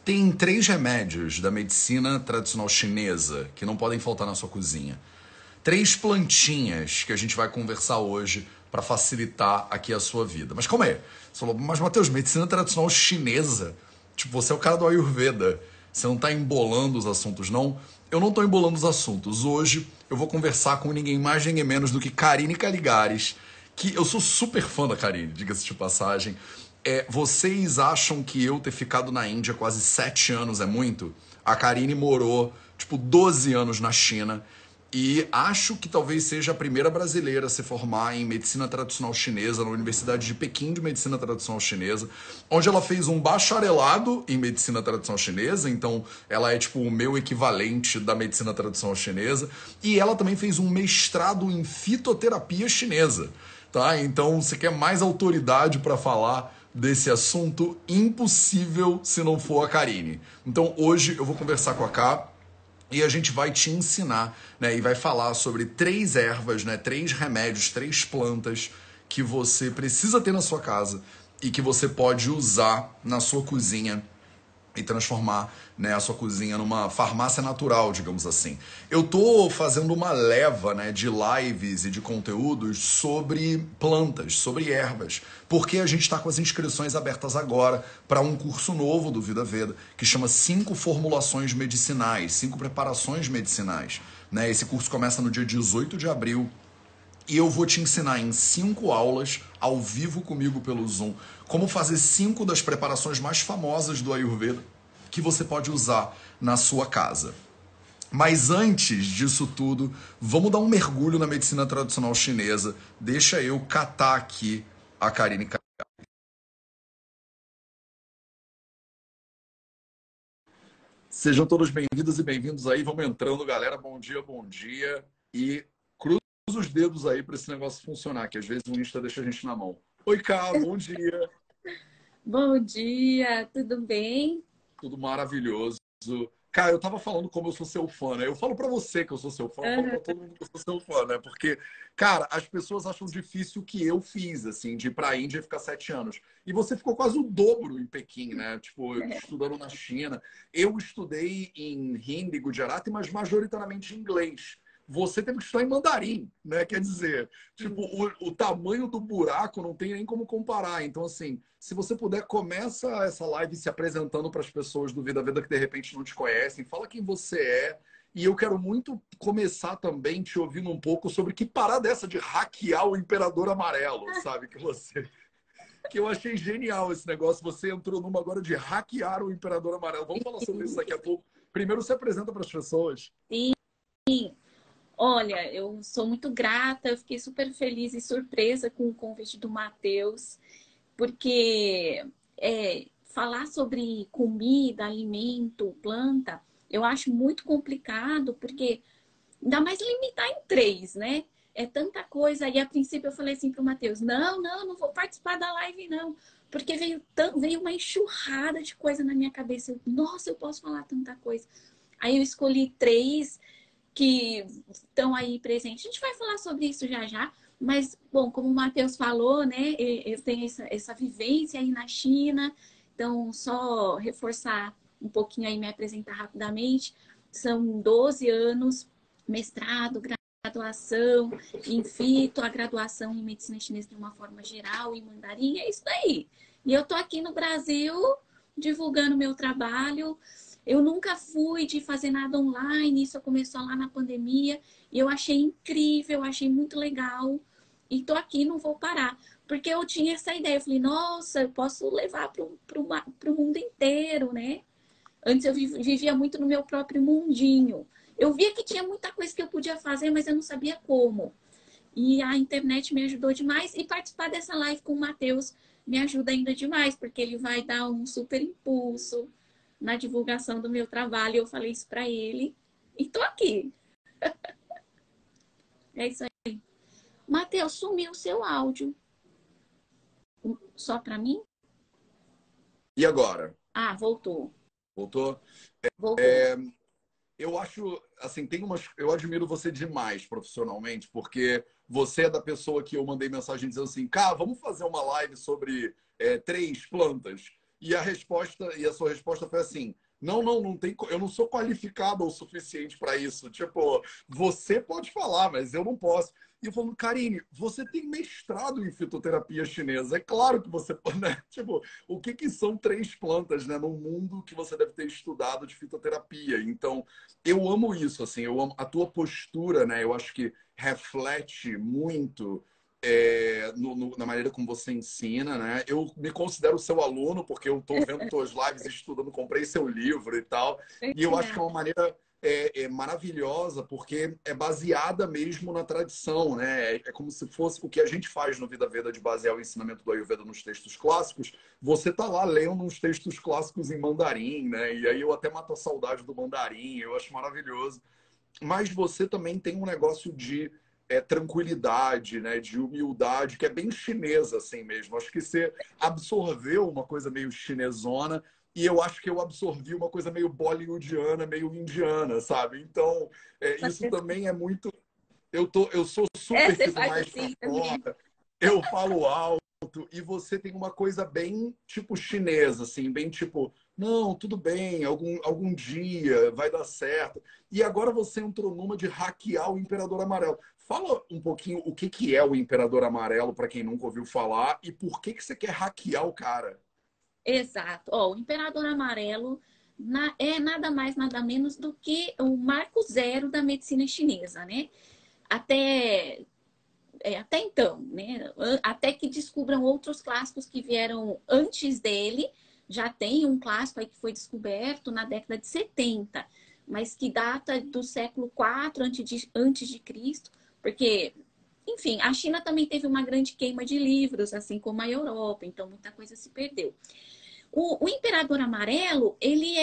Tem três remédios da medicina tradicional chinesa que não podem faltar na sua cozinha. Três plantinhas que a gente vai conversar hoje para facilitar aqui a sua vida. Mas calma aí. Você falou, mas Matheus, medicina tradicional chinesa? Tipo, você é o cara do Ayurveda. Você não tá embolando os assuntos, não? Eu não tô embolando os assuntos. Hoje eu vou conversar com ninguém mais, ninguém menos do que Karine Caligares, que eu sou super fã da Karine, diga-se de passagem. Vocês acham que eu ter ficado na Índia quase 7 anos é muito? A Karine morou, tipo, 12 anos na China e acho que talvez seja a primeira brasileira a se formar em medicina tradicional chinesa na Universidade de Pequim de Medicina Tradicional Chinesa, onde ela fez um bacharelado em medicina tradicional chinesa, então ela é tipo o meu equivalente da medicina tradicional chinesa, e ela também fez um mestrado em fitoterapia chinesa, tá? Então, você quer mais autoridade para falar desse assunto? Impossível se não for a Karine. Então, hoje eu vou conversar com a Ká e a gente vai te ensinar, né, e vai falar sobre três ervas, né, três remédios, três plantas que você precisa ter na sua casa e que você pode usar na sua cozinha e transformar, né, a sua cozinha numa farmácia natural, digamos assim. Eu tô fazendo uma leva, né, de lives e de conteúdos sobre plantas, sobre ervas, porque a gente está com as inscrições abertas agora para um curso novo do Vida Veda que chama 5 formulações medicinais, 5 preparações medicinais. Né? Esse curso começa no dia 18 de abril. E eu vou te ensinar em 5 aulas, ao vivo comigo pelo Zoom, como fazer 5 das preparações mais famosas do Ayurveda que você pode usar na sua casa. Mas antes disso tudo, vamos dar um mergulho na medicina tradicional chinesa. Deixa eu catar aqui a Karine. Sejam todos bem-vindos e bem-vindos aí. Vamos entrando, galera. Bom dia, bom dia. E cruza os dedos aí para esse negócio funcionar, que às vezes o Insta deixa a gente na mão. Oi, Cá, bom dia. Bom dia, tudo bem? Tudo maravilhoso. Cara, eu tava falando como eu sou seu fã, né? Eu falo pra você que eu sou seu fã, eu falo Aham. pra todo mundo que eu sou seu fã, né? Porque, cara, as pessoas acham difícil o que eu fiz, assim, de ir pra Índia e ficar 7 anos. E você ficou quase o dobro em Pequim, né? Tipo, estudando na China. Eu estudei em Hindi, Gujarati, mas majoritariamente em inglês. Você teve que estudar em mandarim, né? Quer dizer, tipo, Sim. o tamanho do buraco não tem nem como comparar. Então, assim, se você puder, começa essa live se apresentando para as pessoas do Vida Veda que de repente não te conhecem. Fala quem você é. E eu quero muito começar também te ouvindo um pouco sobre que parada é essa de hackear o Imperador Amarelo, sabe? Que eu achei genial esse negócio. Você entrou numa agora de hackear o Imperador Amarelo. Vamos falar sobre isso daqui a pouco. Primeiro se apresenta para as pessoas. Sim, olha, eu sou muito grata, eu fiquei super feliz e surpresa com o convite do Matheus, porque falar sobre comida, alimento, planta, eu acho muito complicado, porque ainda mais limitar em três, né? É tanta coisa. E a princípio eu falei assim pro Matheus: não vou participar da live, não. Porque veio uma enxurrada de coisa na minha cabeça. Nossa, eu posso falar tanta coisa. Aí eu escolhi três que estão aí presentes. A gente vai falar sobre isso já já. Mas, bom, como o Matheus falou, né? Eu tenho essa vivência aí na China. Então, só reforçar um pouquinho aí, me apresentar rapidamente. São 12 anos, mestrado, graduação em fito, a graduação em medicina chinesa de uma forma geral, em mandarim, é isso daí. E eu tô aqui no Brasil divulgando meu trabalho. Eu nunca fui de fazer nada online, isso começou lá na pandemia, e eu achei incrível, achei muito legal. E tô aqui, não vou parar. Porque eu tinha essa ideia, eu falei, nossa, eu posso levar para o mundo inteiro, né? Antes eu vivia muito no meu próprio mundinho. Eu via que tinha muita coisa que eu podia fazer, mas eu não sabia como. E a internet me ajudou demais. E participar dessa live com o Matheus me ajuda ainda demais, porque ele vai dar um super impulso na divulgação do meu trabalho. Eu falei isso para ele e tô aqui. É isso aí. Matheus, sumiu o seu áudio. Só para mim? E agora? Ah, voltou. Voltou? Voltou. Eu acho, assim, eu admiro você demais profissionalmente, porque você é da pessoa que eu mandei mensagem dizendo assim, cara, vamos fazer uma live sobre três plantas. E a sua resposta foi assim: não tem, eu não sou qualificado o suficiente para isso. Tipo, você pode falar, mas eu não posso. E eu falo, Karine, você tem mestrado em fitoterapia chinesa. É claro que você pode, né? Tipo, o que que são três plantas, né, no mundo que você deve ter estudado de fitoterapia? Então, eu amo isso, assim, eu amo a tua postura, né? Eu acho que reflete muito na maneira como você ensina, né? Eu me considero seu aluno, porque eu estou vendo tuas lives, estudando, comprei seu livro e tal. E eu acho que é uma maneira maravilhosa, porque é baseada mesmo na tradição, né? É como se fosse o que a gente faz no Vida Veda de basear o ensinamento do Ayurveda nos textos clássicos. Você tá lá lendo uns textos clássicos em mandarim, né? E aí eu até mato a saudade do mandarim, eu acho maravilhoso. Mas você também tem um negócio de tranquilidade, né, de humildade, que é bem chinesa assim mesmo. Acho que você absorveu uma coisa meio chinesona e eu acho que eu absorvi uma coisa meio bollywoodiana, meio indiana, sabe? Então, isso também é muito... Eu sou super Você tipo faz mais pra assim também. fora, eu falo alto, e você tem uma coisa bem tipo chinesa, assim, bem tipo, não, tudo bem, algum dia vai dar certo. E agora você entrou numa de hackear o Imperador Amarelo. Fala um pouquinho o que que é o Imperador Amarelo, para quem nunca ouviu falar, e por que que você quer hackear o cara? Exato. Ó, o Imperador Amarelo é nada mais, nada menos do que o marco zero da medicina chinesa, né? Até, até então, né? Até que descubram outros clássicos que vieram antes dele. Já tem um clássico aí que foi descoberto na década de 70, mas que data do século IV antes de Cristo, porque, enfim, a China também teve uma grande queima de livros, assim como a Europa, então muita coisa se perdeu. O Imperador Amarelo,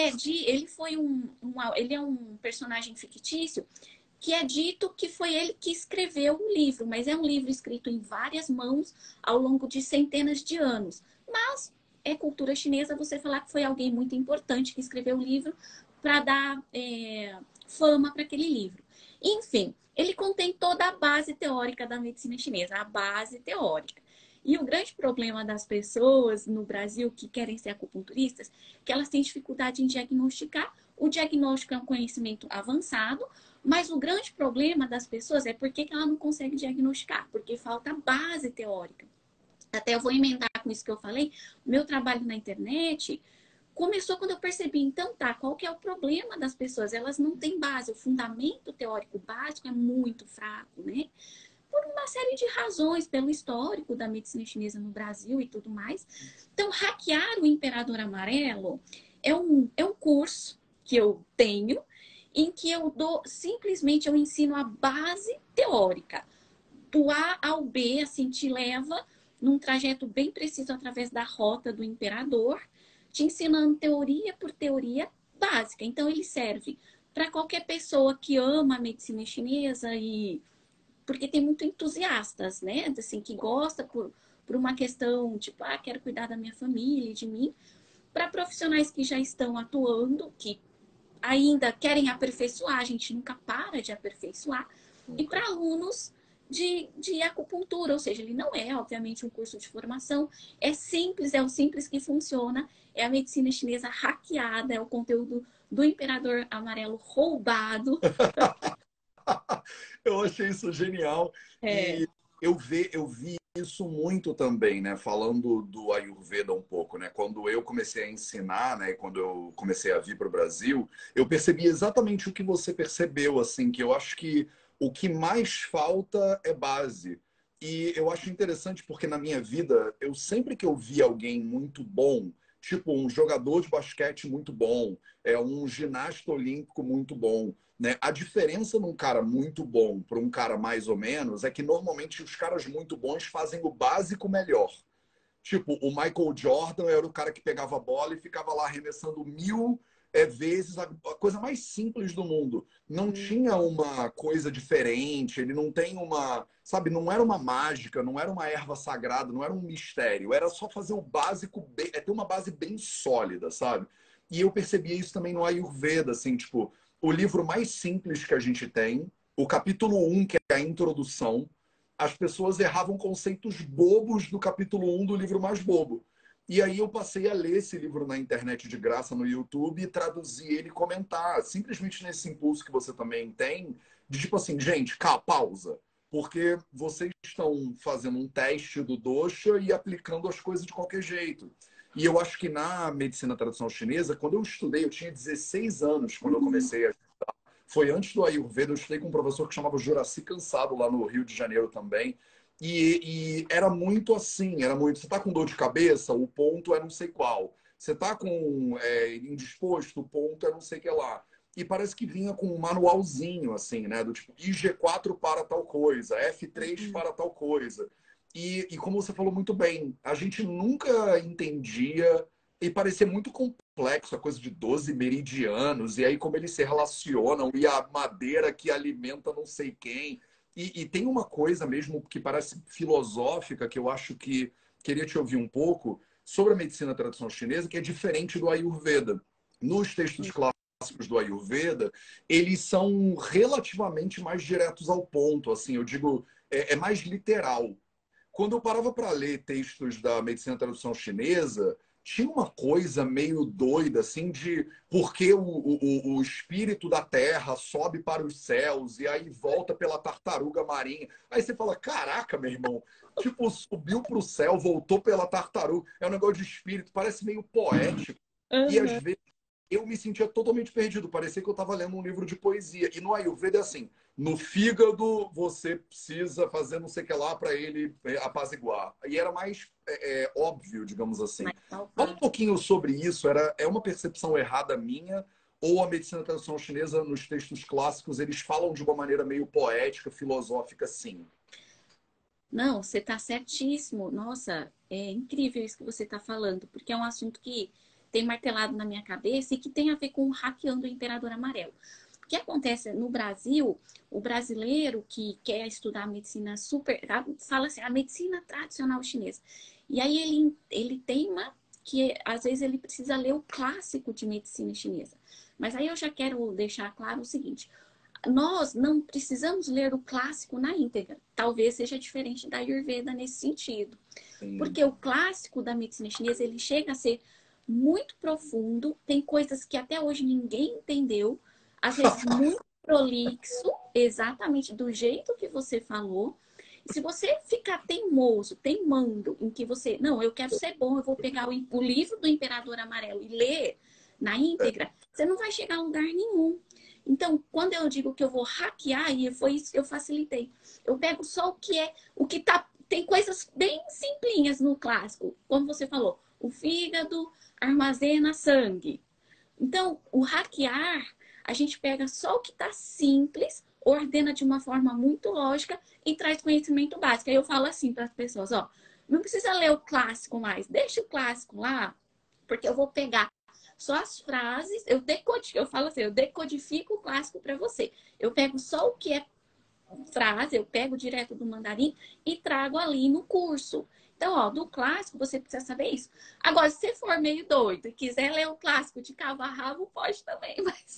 ele é um personagem fictício que é dito que foi ele que escreveu o livro, mas é um livro escrito em várias mãos ao longo de centenas de anos. Mas é cultura chinesa você falar que foi alguém muito importante que escreveu o livro para dar fama para aquele livro. Enfim, ele contém toda a base teórica da medicina chinesa, a base teórica. E o grande problema das pessoas no Brasil que querem ser acupunturistas é que elas têm dificuldade em diagnosticar. O diagnóstico é um conhecimento avançado, mas o grande problema das pessoas é por que ela não consegue diagnosticar, porque falta base teórica. Até eu vou emendar com isso que eu falei. O meu trabalho na internet começou quando eu percebi, então tá, qual que é o problema das pessoas? Elas não têm base, o fundamento teórico básico é muito fraco, né? Por uma série de razões, pelo histórico da medicina chinesa no Brasil e tudo mais. Então, hackear o Imperador Amarelo é um curso que eu tenho em que eu dou, simplesmente eu ensino a base teórica. Do A ao B, assim, te leva num trajeto bem preciso através da rota do imperador, te ensinando teoria por teoria básica. Então, ele serve para qualquer pessoa que ama a medicina chinesa e porque tem muito entusiastas, né? Assim, que gosta por uma questão, tipo, quero cuidar da minha família e de mim, para profissionais que já estão atuando, que ainda querem aperfeiçoar, a gente nunca para de aperfeiçoar, e para alunos de acupuntura, ou seja, ele não é, obviamente, um curso de formação, é simples, é o simples que funciona, é a medicina chinesa hackeada, é o conteúdo do Imperador Amarelo roubado. Eu achei isso genial. É, E eu vi isso muito também, né? Falando do Ayurveda um pouco, né? Quando eu comecei a ensinar, né? Quando eu comecei a vir para o Brasil, eu percebi exatamente o que você percebeu, assim, que eu acho que o que mais falta é base. E eu acho interessante porque na minha vida, eu sempre que eu vi alguém muito bom, tipo um jogador de basquete muito bom, um ginasta olímpico muito bom, né? A diferença num cara muito bom para um cara mais ou menos é que normalmente os caras muito bons fazem o básico melhor. Tipo, o Michael Jordan era o cara que pegava a bola e ficava lá arremessando mil vezes a coisa mais simples do mundo. Não tinha uma coisa diferente, ele não tem uma. Sabe, não era uma mágica, não era uma erva sagrada, não era um mistério. Era só fazer o básico, ter uma base bem sólida, sabe? E eu percebia isso também no Ayurveda, assim, tipo, o livro mais simples que a gente tem, o capítulo um que é a introdução, as pessoas erravam conceitos bobos do capítulo um do livro mais bobo. E aí eu passei a ler esse livro na internet de graça no YouTube e traduzir ele e comentar, simplesmente nesse impulso que você também tem, de tipo assim, gente, cá, pausa. Porque vocês estão fazendo um teste do dosha e aplicando as coisas de qualquer jeito. E eu acho que na medicina tradicional chinesa, quando eu estudei, eu tinha 16 anos quando eu comecei a... Foi antes do Ayurveda, eu estudei com um professor que chamava Juraci Cansado, lá no Rio de Janeiro também. E era muito assim, era muito. Você tá com dor de cabeça, o ponto é não sei qual. Você tá com indisposto, o ponto é não sei que lá. E parece que vinha com um manualzinho, assim, né? Do tipo, IG4 para tal coisa, F3 para tal coisa. E como você falou muito bem, a gente nunca entendia e parecia muito complexo, a coisa de 12 meridianos, e aí como eles se relacionam, e a madeira que alimenta não sei quem. E tem uma coisa mesmo que parece filosófica, que eu acho que queria te ouvir um pouco, sobre a medicina tradicional chinesa, que é diferente do Ayurveda. Nos textos clássicos do Ayurveda, eles são relativamente mais diretos ao ponto, assim, eu digo, é mais literal. Quando eu parava para ler textos da medicina tradicional chinesa, tinha uma coisa meio doida, assim, de porque o espírito da terra sobe para os céus e aí volta pela tartaruga marinha. Aí você fala, caraca, meu irmão, tipo, subiu para o céu, voltou pela tartaruga. É um negócio de espírito, parece meio poético. E às Uhum. vezes eu me sentia totalmente perdido. Parecia que eu estava lendo um livro de poesia. E no Ayurveda é assim: no fígado você precisa fazer não sei o que lá para ele apaziguar. E era mais óbvio, digamos assim. Mais Fala um palpável. pouquinho sobre isso. É uma percepção errada minha? Ou a medicina tradicional chinesa, nos textos clássicos, eles falam de uma maneira meio poética, filosófica, sim? Não, você está certíssimo. Nossa, é incrível isso que você está falando, porque é um assunto que tem martelado na minha cabeça e que tem a ver com o hackeando o Imperador Amarelo. O que acontece no Brasil, o brasileiro que quer estudar medicina super, fala assim, a medicina tradicional chinesa. E aí ele teima que às vezes ele precisa ler o clássico de medicina chinesa. Mas aí eu já quero deixar claro o seguinte: nós não precisamos ler o clássico na íntegra. Talvez seja diferente da Ayurveda nesse sentido. Sim. Porque o clássico da medicina chinesa, ele chega a ser muito profundo, tem coisas que até hoje ninguém entendeu, às vezes muito prolixo, exatamente do jeito que você falou. E se você ficar teimoso, teimando em que você, não, eu quero ser bom, eu vou pegar o livro do Imperador Amarelo e ler na íntegra, você não vai chegar a lugar nenhum. Então, quando eu digo que eu vou hackear, e foi isso que eu facilitei, eu pego só o que é, o que tá. Tem coisas bem simplinhas no clássico, como você falou, o fígado armazena sangue. Então, o hackear, a gente pega só o que está simples, ordena de uma forma muito lógica e traz conhecimento básico. Aí eu falo assim para as pessoas, ó, não precisa ler o clássico mais, deixa o clássico lá, porque eu vou pegar só as frases, eu falo assim, eu decodifico o clássico para você. Eu pego só o que é frase, eu pego direto do mandarim e trago ali no curso. Então, ó, do clássico você precisa saber isso. Agora, se você for meio doido e quiser ler o clássico de cabo a rabo, pode também, mas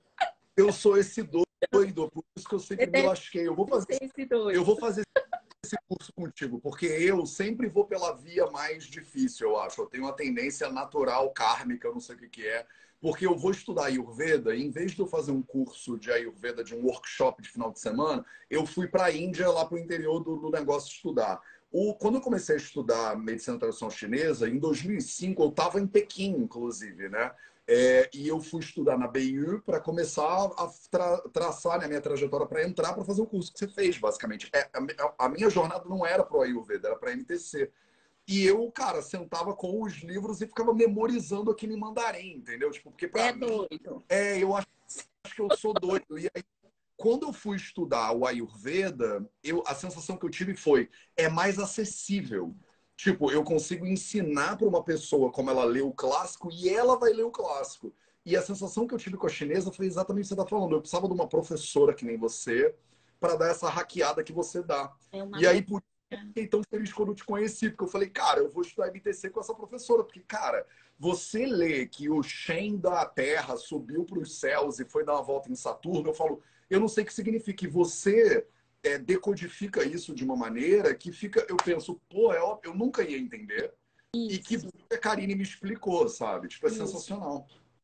Eu sou esse doido, por isso que eu você sempre me deve lasquei. ser esse Eu doido. vou fazer esse curso contigo, porque eu sempre vou pela via mais difícil, eu acho. Eu tenho uma tendência natural, kármica, eu não sei o que que é, porque eu vou estudar Ayurveda e em vez de eu fazer um curso de Ayurveda, de um workshop de final de semana, eu fui para a Índia, lá para o interior do negócio estudar. Quando eu comecei a estudar medicina tradicional chinesa, em 2005, eu estava em Pequim, inclusive, né? E eu fui estudar na BU para começar a traçar, né, a minha trajetória para entrar para fazer o curso que você fez, basicamente. A minha jornada não era para o Ayurveda, era para MTC. E eu, cara, sentava com os livros e ficava memorizando aquilo em mandarim, entendeu? Tipo, porque Você para é mim, doido. eu acho que eu sou doido. E aí, quando eu fui estudar o Ayurveda, a sensação que eu tive foi, é mais acessível. Tipo, eu consigo ensinar para uma pessoa como ela lê o clássico e ela vai ler o clássico. E a sensação que eu tive com a chinesa foi exatamente o que você está falando. Eu precisava de uma professora que nem você para dar essa hackeada que você dá. É uma E aí, média. por isso, eu fiquei tão feliz quando eu te conheci, porque eu falei, cara, eu vou estudar MTC com essa professora. Porque, cara, você lê que o Shen da Terra subiu para os céus e foi dar uma volta em Saturno, eu falo, eu não sei o que significa. E você decodifica isso de uma maneira que fica, eu penso, pô, eu nunca ia entender. e que Isso. a Karine me explicou, sabe? Tipo, é Isso. sensacional.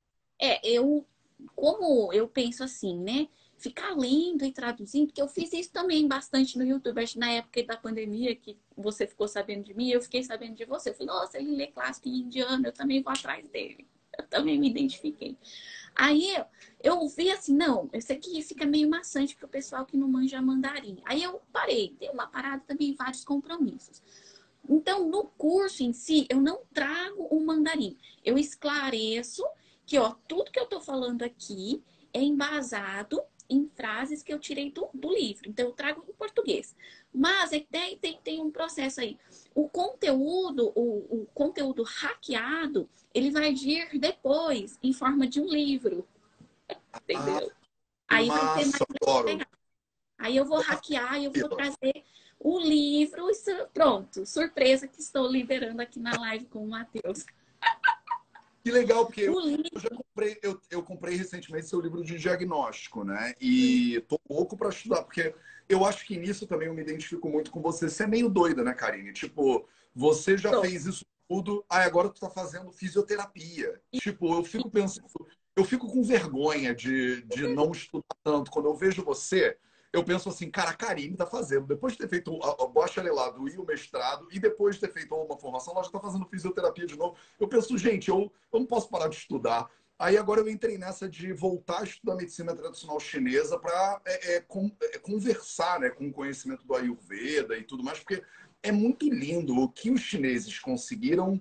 Como eu penso assim, né? Ficar lendo e traduzindo, porque eu fiz isso também bastante no YouTube. Acho que na época da pandemia, que você ficou sabendo de mim, eu fiquei sabendo de você. Eu falei, nossa, ele lê clássico em indiano, eu também vou atrás dele. Eu também me identifiquei. Aí eu vi assim, não, esse aqui fica meio maçante pro pessoal que não manja mandarim. Aí eu parei, dei uma parada também, vários compromissos. Então, no curso em si, eu não trago o mandarim. Eu esclareço que, ó, tudo que eu tô falando aqui é embasado em frases que eu tirei do livro. Então, eu trago em português. Mas é que tem um processo aí. O conteúdo hackeado, ele vai vir depois, em forma de um livro, Ah, entendeu? que Aí vai ter mais massa, adoro. legal. Aí eu vou hackear e eu vou trazer o livro. Pronto, surpresa que estou liberando aqui na live com o Matheus. Que legal, porque O eu já livro. comprei, eu comprei recentemente seu livro de diagnóstico, né? E tô louco para estudar, porque eu acho que nisso também eu me identifico muito com você. Você é meio doida, né, Karine? Tipo, você já Pronto. fez isso tudo, aí agora tu tá fazendo fisioterapia. Tipo, eu fico pensando, eu fico com vergonha de não estudar tanto. Quando eu vejo você, eu penso assim, cara, a Karine tá fazendo. Depois de ter feito o bacharelado e o mestrado, e depois de ter feito uma formação, ela já tá fazendo fisioterapia de novo. Eu penso, gente, eu não posso parar de estudar. Aí agora eu entrei nessa de voltar a estudar medicina tradicional chinesa para conversar, né, com o conhecimento do Ayurveda e tudo mais, porque é muito lindo o que os chineses conseguiram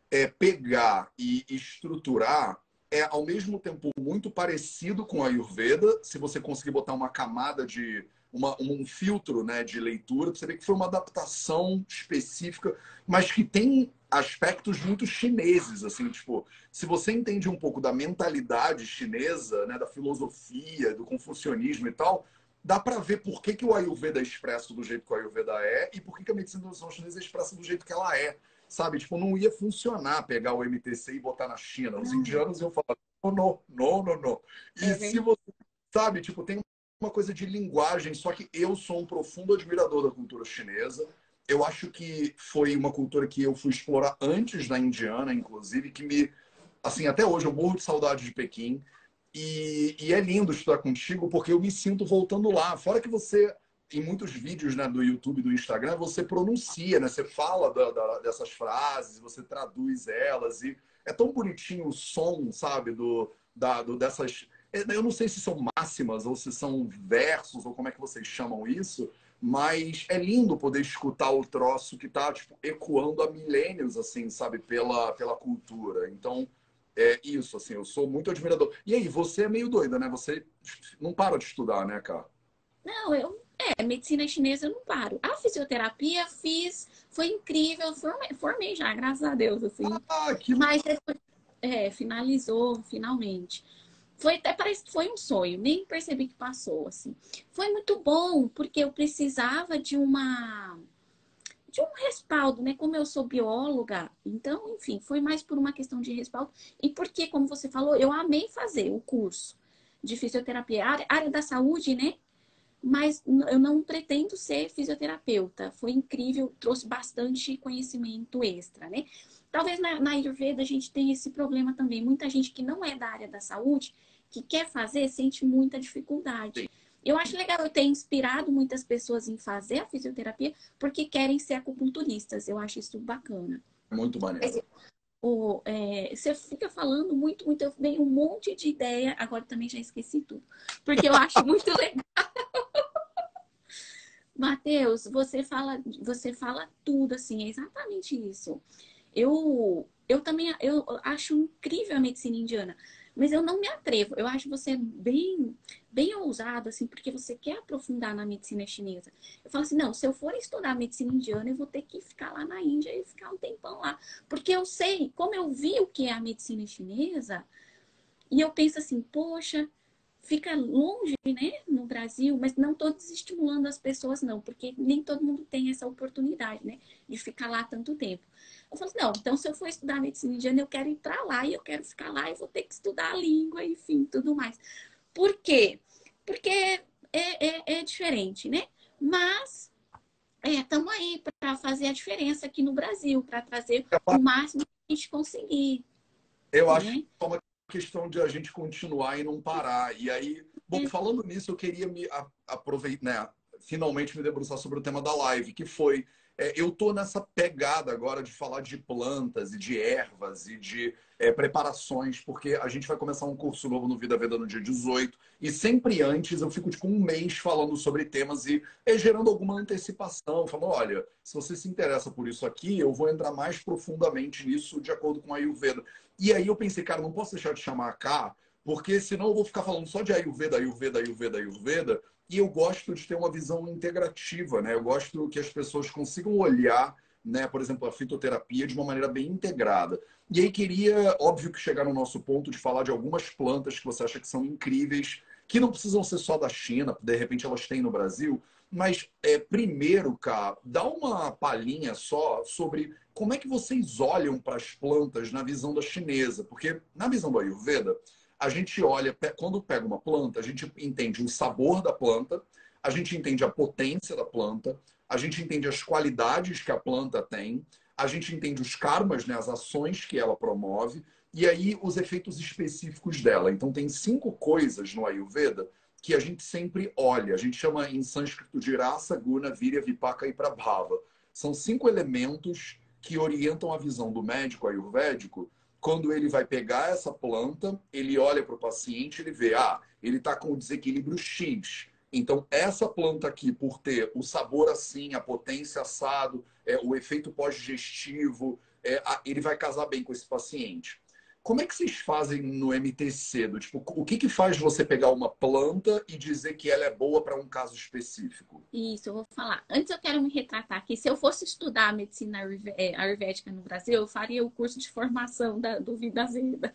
pegar e estruturar. É ao mesmo tempo muito parecido com a Ayurveda, se você conseguir botar uma camada de um filtro, né, de leitura, você vê que foi uma adaptação específica, mas que tem aspectos muito chineses, assim, tipo, se você entende um pouco da mentalidade chinesa, né, da filosofia, do confucionismo e tal, dá para ver por que o Ayurveda é expresso do jeito que o Ayurveda é e por que a medicina tradicional chinesa é expressa do jeito que ela é. Sabe, tipo, não ia funcionar pegar o MTC e botar na China. Os Não, indianos iam falar, não, não, não, não, não. E é se verdade. você, sabe, tipo, tem uma coisa de linguagem, só que eu sou um profundo admirador da cultura chinesa. Eu acho que foi uma cultura que eu fui explorar antes da indiana, inclusive, que me, assim, até hoje eu morro de saudade de Pequim. E é lindo estudar contigo porque eu me sinto voltando lá. Fora que você, em muitos vídeos, né, do YouTube e do Instagram, você pronuncia, né? Você fala dessas frases, você traduz elas. E é tão bonitinho o som, sabe? Dessas. Eu não sei se são máximas ou se são versos ou como é que vocês chamam isso, mas é lindo poder escutar o troço que tá, tipo, ecoando há milênios, assim, sabe? Pela cultura. Então, é isso, assim, eu sou muito admirador. E aí, você é meio doida, né? Você não para de estudar, né, cara? Não, medicina chinesa eu não paro. A fisioterapia fiz, foi incrível, formei já, graças a Deus, assim. Ah, que Mas depois, finalizou finalmente. Foi até parece que foi um sonho, nem percebi que passou, assim. Foi muito bom, porque eu precisava de um respaldo, né? Como eu sou bióloga, então, enfim, foi mais por uma questão de respaldo e porque, como você falou, eu amei fazer o curso de fisioterapia, área da saúde, né? Mas eu não pretendo ser fisioterapeuta. Foi incrível, trouxe bastante conhecimento extra, né? Talvez na Ayurveda a gente tenha esse problema também. Muita gente que não é da área da saúde, que quer fazer, sente muita dificuldade. sim, Eu acho legal eu ter inspirado muitas pessoas em fazer a fisioterapia porque querem ser acupunturistas. Eu acho isso bacana. muito Mas, maneiro. você fica falando muito, eu dei um monte de ideia, agora também já esqueci tudo. Porque eu acho muito legal. Matheus, você fala tudo assim, é exatamente isso. Eu também eu acho incrível a medicina indiana, mas eu não me atrevo. Eu acho você bem ousado assim, porque você quer aprofundar na medicina chinesa. Eu falo assim, não, se eu for estudar medicina indiana, eu vou ter que ficar lá na Índia e ficar um tempão lá, porque eu sei, como eu vi o que é a medicina chinesa, e eu penso assim, poxa, fica longe, né, no Brasil, mas não estou desestimulando as pessoas, não, porque nem todo mundo tem essa oportunidade, né, de ficar lá tanto tempo. Eu falo assim, não, então se eu for estudar medicina indiana, eu quero ir para lá e eu quero ficar lá e vou ter que estudar a língua, enfim, tudo mais. Por quê? Porque é diferente, né? Mas estamos aí para fazer a diferença aqui no Brasil, para trazer o máximo que a gente conseguir, Eu acho que né? é uma questão de a gente continuar e não parar. E aí, bom, falando nisso, eu queria me aproveitar, né, finalmente me debruçar sobre o tema da live, que foi, eu tô nessa pegada agora de falar de plantas e de ervas e de preparações, porque a gente vai começar um curso novo no Vida Veda no dia 18, e sempre antes eu fico tipo um mês falando sobre temas e gerando alguma antecipação, falando, olha, se você se interessa por isso aqui, eu vou entrar mais profundamente nisso de acordo com a Ayurveda. E aí eu pensei, cara, não posso deixar de chamar cá, porque senão eu vou ficar falando só de Ayurveda, Ayurveda, Ayurveda, Ayurveda, e eu gosto de ter uma visão integrativa, né? Eu gosto que as pessoas consigam olhar, né, por exemplo, a fitoterapia de uma maneira bem integrada. E aí queria, óbvio, que chegar no nosso ponto de falar de algumas plantas que você acha que são incríveis, que não precisam ser só da China, de repente elas têm no Brasil, mas primeiro, cara, dá uma palhinha só sobre como é que vocês olham para as plantas na visão da chinesa, porque na visão do Ayurveda, a gente olha, quando pega uma planta, a gente entende o sabor da planta, a gente entende a potência da planta, a gente entende as qualidades que a planta tem, a gente entende os karmas, né, as ações que ela promove, e aí os efeitos específicos dela. Então tem 5 coisas no Ayurveda que a gente sempre olha. A gente chama em sânscrito de rasa, guna, virya, vipaka e prabhava. São 5 elementos que orientam a visão do médico ayurvédico quando ele vai pegar essa planta, ele olha para o paciente, ele vê, ele está com o desequilíbrio X. Então, essa planta aqui, por ter o sabor assim, a potência assado, o efeito pós-digestivo, ele vai casar bem com esse paciente. Como é que vocês fazem no MTC? Tipo, o que que faz você pegar uma planta e dizer que ela é boa para um caso específico? Isso, eu vou falar. Antes eu quero me retratar aqui. Se eu fosse estudar a medicina ayurvédica no Brasil, eu faria o curso de formação do Vida Veda.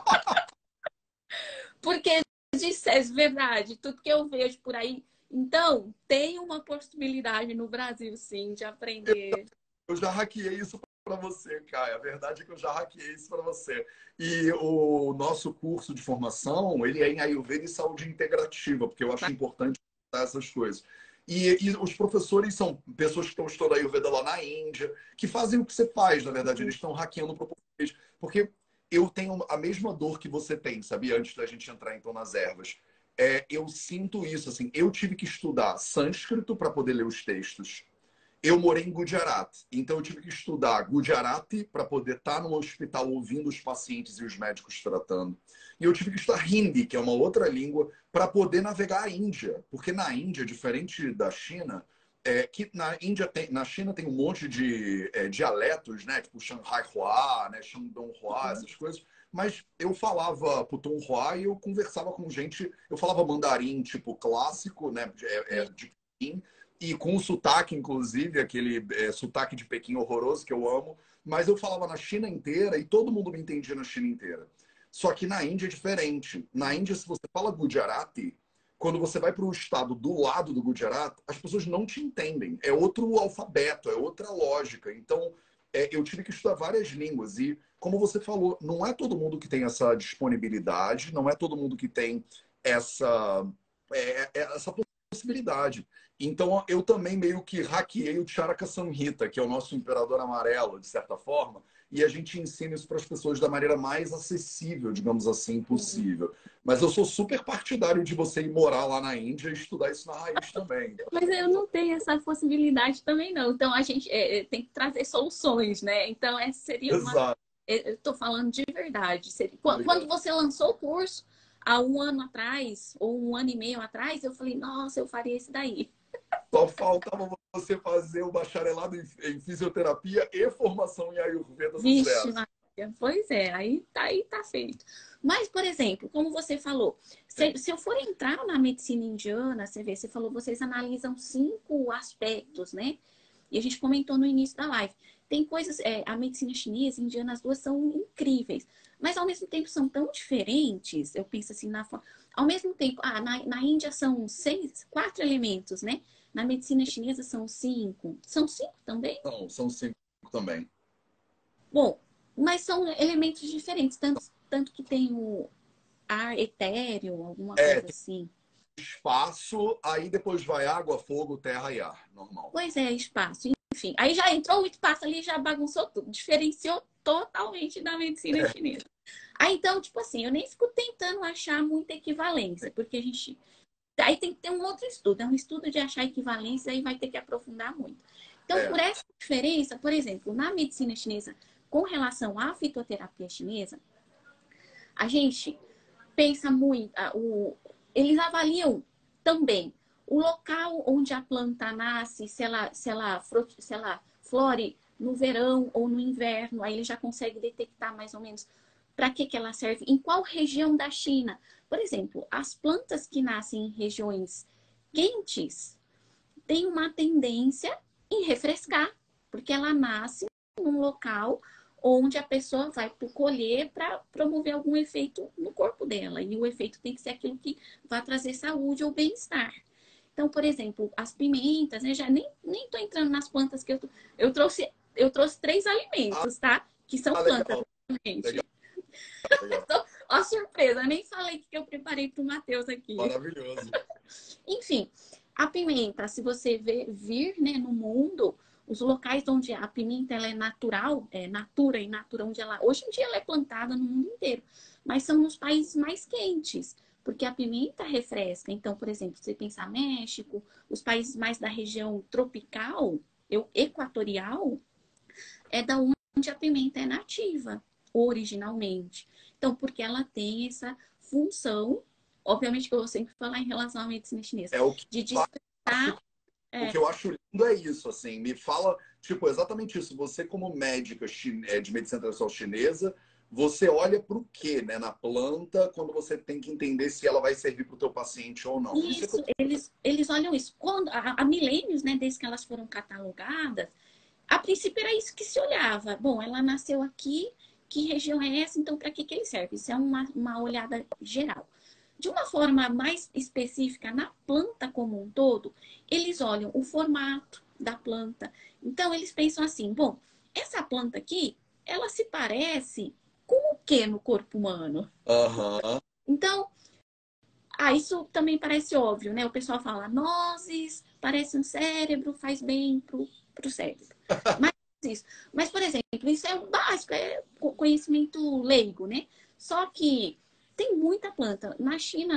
Porque, é verdade, tudo que eu vejo por aí. Então, tem uma possibilidade no Brasil, sim, de aprender. Eu já hackeei isso para você, Caio. A verdade é que eu já hackeei isso para você. E o nosso curso de formação, ele é em Ayurveda e saúde integrativa, porque eu acho importante essas coisas. E os professores são pessoas que estão estudando Ayurveda lá na Índia, que fazem o que você faz, na verdade. Eles estão hackeando para o português. Porque eu tenho a mesma dor que você tem, sabia? Antes da gente entrar, então, nas ervas. Eu sinto isso, assim. Eu tive que estudar sânscrito para poder ler os textos. Eu morei em Gujarat, então eu tive que estudar Gujarati para poder estar no hospital ouvindo os pacientes e os médicos tratando. E eu tive que estudar Hindi, que é uma outra língua, para poder navegar a Índia. Porque na Índia, diferente da China, que na China tem um monte de dialetos, né? Tipo Shanghai Hua, né? Shandong Hua, essas coisas. Mas eu falava Putonghua e eu conversava com gente. Eu falava mandarim, tipo clássico, né? De Pequim, e com o sotaque, inclusive, aquele sotaque de Pequim horroroso que eu amo, mas eu falava na China inteira e todo mundo me entendia na China inteira. Só que na Índia é diferente. Na Índia, se você fala Gujarati, quando você vai para o estado do lado do Gujarat, as pessoas não te entendem. É outro alfabeto, é outra lógica. Então, eu tive que estudar várias línguas. E, como você falou, não é todo mundo que tem essa disponibilidade, não é todo mundo que tem essa possibilidade. Então, eu também meio que hackeei o Charaka Samhita, que é o nosso imperador amarelo, de certa forma, e a gente ensina isso para as pessoas da maneira mais acessível, digamos assim, possível. Mas eu sou super partidário de você ir morar lá na Índia e estudar isso na raiz também. Mas eu não tenho essa possibilidade também, não. Então, a gente tem que trazer soluções, né? Então, essa seria uma. Exato. Eu estou falando de verdade. Quando Obrigado. você lançou o curso, há um ano atrás, ou um ano e meio atrás, eu falei, nossa, eu faria esse daí. Só faltava você fazer o bacharelado em fisioterapia e formação em Ayurveda do Vixe, zero. Maria. Pois é, aí tá feito. Mas, por exemplo, como você falou, se eu for entrar na medicina indiana, você vê, você falou, vocês analisam 5 aspectos, né? E a gente comentou no início da live. Tem coisas, a medicina chinesa e indiana, as duas são incríveis, mas ao mesmo tempo são tão diferentes. Eu penso assim, ao mesmo tempo, na Índia são 4 elementos, né? Na medicina chinesa são 5. São 5 também? Não, são 5 também. Bom, mas são elementos diferentes, tanto que tem o ar etéreo, alguma É, coisa assim. espaço, aí depois vai água, fogo, terra e ar. Normal. Pois é, espaço. Enfim, aí já entrou o espaço ali, já bagunçou tudo. Diferenciou totalmente da medicina chinesa. Aí, então, tipo assim, eu nem fico tentando achar muita equivalência, porque a gente... Aí tem que ter um outro estudo. É um estudo de achar equivalência, aí vai ter que aprofundar muito. Então, por essa diferença, por exemplo, na medicina chinesa, com relação à fitoterapia chinesa, a gente pensa muito, eles avaliam também o local onde a planta nasce, se ela flore no verão ou no inverno, aí ele já consegue detectar mais ou menos para que ela serve, em qual região da China. Por exemplo, as plantas que nascem em regiões quentes têm uma tendência em refrescar, porque ela nasce num local onde a pessoa vai colher para promover algum efeito no corpo dela. E o efeito tem que ser aquilo que vai trazer saúde ou bem-estar. Então, por exemplo, as pimentas, né? Já nem tô entrando nas plantas que eu trouxe 3 alimentos, tá? Que são plantas, Legal, realmente. legal. Ó, surpresa, nem falei o que eu preparei para o Matheus aqui. Maravilhoso. Enfim, a pimenta, se você vir, né, no mundo, os locais onde a pimenta ela é natural, natura, onde ela, hoje em dia ela é plantada no mundo inteiro, mas são nos países mais quentes, porque a pimenta refresca. Então, por exemplo, se você pensar México, os países mais da região tropical, equatorial, é da onde a pimenta é nativa, originalmente. Então, porque ela tem essa função, obviamente que eu vou sempre falar em relação à medicina chinesa, É o que de eu despertar. acho, o que eu acho lindo é isso, assim, me fala, tipo, exatamente isso. Você, como médica de medicina tradicional chinesa, você olha para o quê, né, na planta, quando você tem que entender se ela vai servir para o teu paciente ou não. Isso é que Isso, eles olham isso. Quando, há milênios, né, desde que elas foram catalogadas, a princípio era isso que se olhava. Bom, ela nasceu aqui, que região é essa? Então, para que ele serve? Isso é uma olhada geral. De uma forma mais específica, na planta como um todo, eles olham o formato da planta. Então, eles pensam assim: bom, essa planta aqui, ela se parece com o que no corpo humano? Aham. Então, isso também parece óbvio, né? O pessoal fala, nozes, parece um cérebro, faz bem pro cérebro. Mas isso. Mas, por exemplo, isso é o básico, é conhecimento leigo, né? Só que tem muita planta. Na China,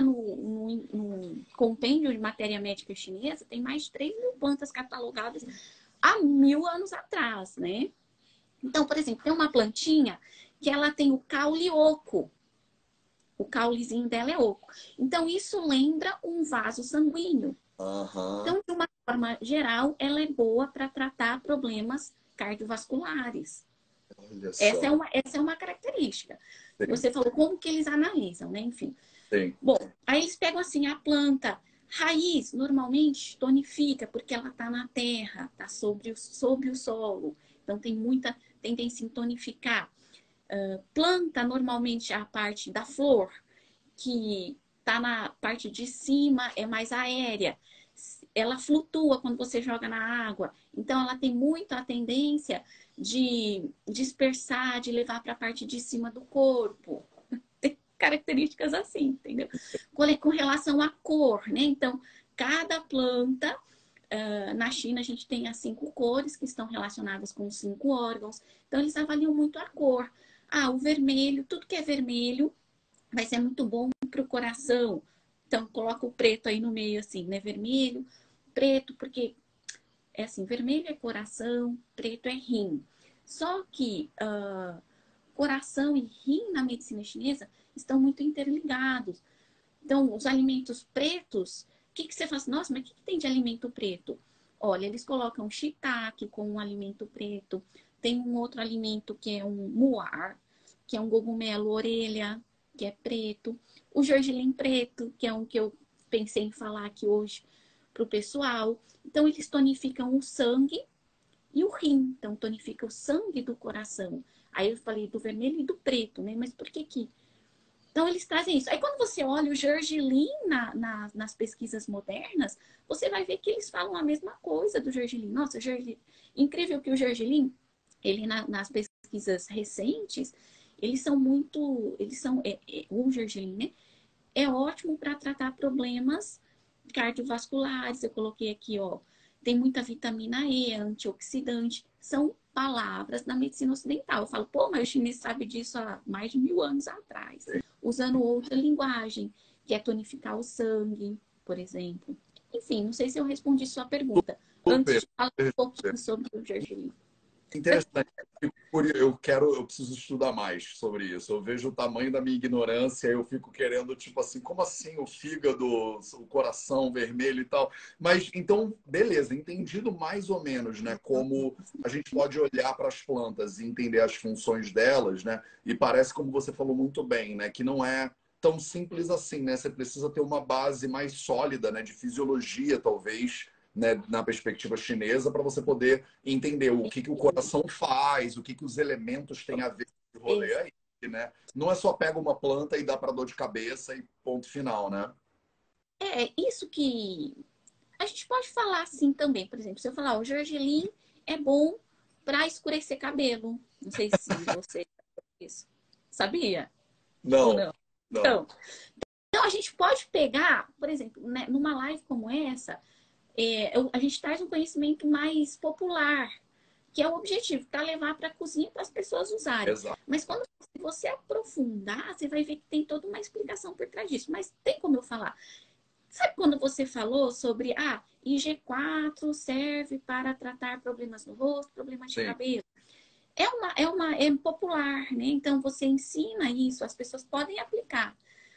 no compêndio de matéria médica chinesa, tem mais de 3.000 plantas catalogadas há 1.000 anos atrás, né? Então, por exemplo, tem uma plantinha que ela tem o caule oco. O caulezinho dela é oco. Então, isso lembra um vaso sanguíneo. Aham. Então, de uma forma geral, ela é boa para tratar problemas cardiovasculares. Olha Essa só. é uma característica. Sim, Você falou como que eles analisam, né? Enfim. sim. Bom, aí eles pegam assim a planta. Raiz, normalmente, tonifica, porque ela está na terra, está sobre o solo. Então, tem muita tendência em tonificar. Planta, normalmente, a parte da flor, que está na parte de cima, é mais aérea. Ela flutua quando você joga na água. Então, ela tem muito a tendência de dispersar, de levar para a parte de cima do corpo. Tem características assim, entendeu? Com relação à cor, né? Então, cada planta, na China, a gente tem as 5 cores que estão relacionadas com os 5 órgãos. Então, eles avaliam muito a cor. O vermelho, tudo que é vermelho vai ser muito bom para o coração. Então, coloca o preto aí no meio, assim, né? Vermelho, preto, porque é assim, vermelho é coração, preto é rim. Só que coração e rim na medicina chinesa estão muito interligados. Então, os alimentos pretos, o que você fala assim, nossa, mas o que tem de alimento preto? Olha, eles colocam shiitake com um alimento preto. Tem um outro alimento que é um muar, que é um cogumelo orelha, que é preto. O gergelim preto, que é um que eu pensei em falar aqui hoje para o pessoal. Então, eles tonificam o sangue e o rim. Então, tonifica o sangue do coração. Aí eu falei do vermelho e do preto, né? Mas por que que... Então, eles trazem isso. Aí, quando você olha o gergelim nas pesquisas modernas, você vai ver que eles falam a mesma coisa do gergelim. Nossa, gergelim... incrível que o gergelim, ele nas pesquisas recentes, eles são muito... o gergelim, né? É ótimo para tratar problemas cardiovasculares, eu coloquei aqui, ó, tem muita vitamina E, antioxidante, são palavras da medicina ocidental. Eu falo, pô, mas o chinês sabe disso há mais de 1000 anos atrás, usando outra linguagem, que é tonificar o sangue, por exemplo. Enfim, não sei se eu respondi sua pergunta. Antes Super. de falar um pouquinho sobre o gergelim. Interessante. Eu preciso estudar mais sobre isso. Eu vejo o tamanho da minha ignorância, eu fico querendo, tipo assim, como assim o fígado, o coração vermelho e tal? Mas então, beleza, entendido mais ou menos, né, como a gente pode olhar para as plantas e entender as funções delas, né? E parece, como você falou muito bem, né, que não é tão simples assim, né? Você precisa ter uma base mais sólida, né, de fisiologia, talvez, né, na perspectiva chinesa, para você poder entender o que o coração faz, o que os elementos têm a ver com o rolê aí, né? Não é só pega uma planta e dá para dor de cabeça e ponto final, né? É, isso que a gente pode falar assim também. Por exemplo, se eu falar, o gergelim é bom para escurecer cabelo. Não sei se você isso. Sabia ou Não, não? não. Então, a gente pode pegar, por exemplo, né, numa live como essa, a gente traz um conhecimento mais popular, que é o objetivo, para levar para a cozinha para as pessoas usarem. Exato. Mas quando você aprofundar, você vai ver que tem toda uma explicação por trás disso. Mas tem como eu falar? Sabe quando você falou sobre IG4 serve para tratar problemas no rosto, problemas de Sim, cabelo? É popular, né? Então você ensina isso, as pessoas podem aplicar.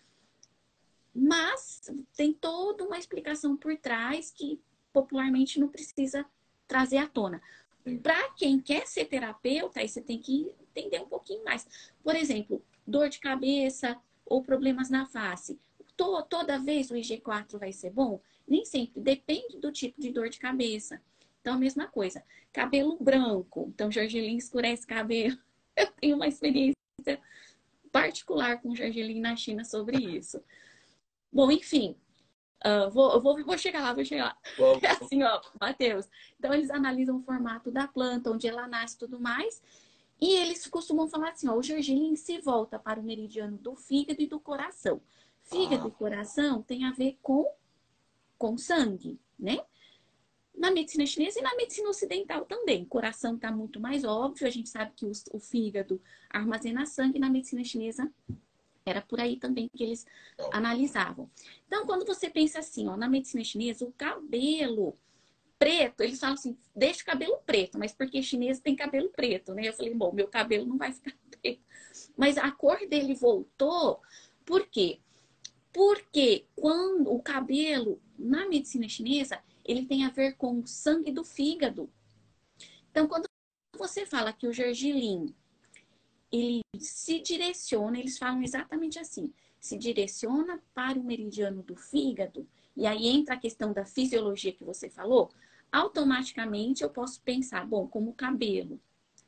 Mas tem toda uma explicação por trás que popularmente não precisa trazer à tona. sim. Para quem quer ser terapeuta, aí você tem que entender um pouquinho mais. Por exemplo, dor de cabeça ou problemas na face. Toda vez o IG4 vai ser bom? Nem sempre. Depende do tipo de dor de cabeça. Então, a mesma coisa. Cabelo branco. Então, gergelim escurece cabelo. Eu tenho uma experiência particular com gergelim na China sobre isso. Bom, enfim, vou chegar lá, vou chegar lá. Vamos. É assim, ó, Matheus. Então, eles analisam o formato da planta, onde ela nasce e tudo mais. E eles costumam falar assim, ó, o gergelim se volta para o meridiano do fígado e do coração. Fígado Ah, e coração tem a ver com sangue, né? Na medicina chinesa e na medicina ocidental também. O coração está muito mais óbvio, a gente sabe que o fígado armazena sangue, na medicina chinesa era por aí também que eles não. analisavam. Então, quando você pensa assim, ó, na medicina chinesa, o cabelo preto, eles falam assim, deixa o cabelo preto, mas porque chinês tem cabelo preto, né? Eu falei, bom, meu cabelo não vai ficar preto. Mas a cor dele voltou, por quê? Porque quando o cabelo, na medicina chinesa, ele tem a ver com o sangue do fígado. Então, quando você fala que o gergelim ele se direciona, eles falam exatamente assim, se direciona para o meridiano do fígado, e aí entra a questão da fisiologia que você falou, automaticamente eu posso pensar, bom, como o cabelo,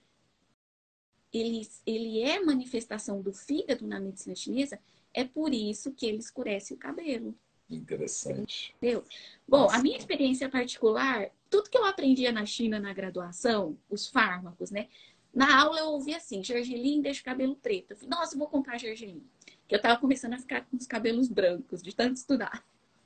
ele é manifestação do fígado na medicina chinesa, é por isso que ele escurece o cabelo. Interessante. Entendeu? Bom, a Nossa. minha experiência particular, tudo que eu aprendia na China na graduação, os fármacos, né? Na aula eu ouvia assim, gergelim deixa o cabelo preto. Eu falei, nossa, eu vou comprar gergelim. Que eu tava começando a ficar com os cabelos brancos, de tanto estudar.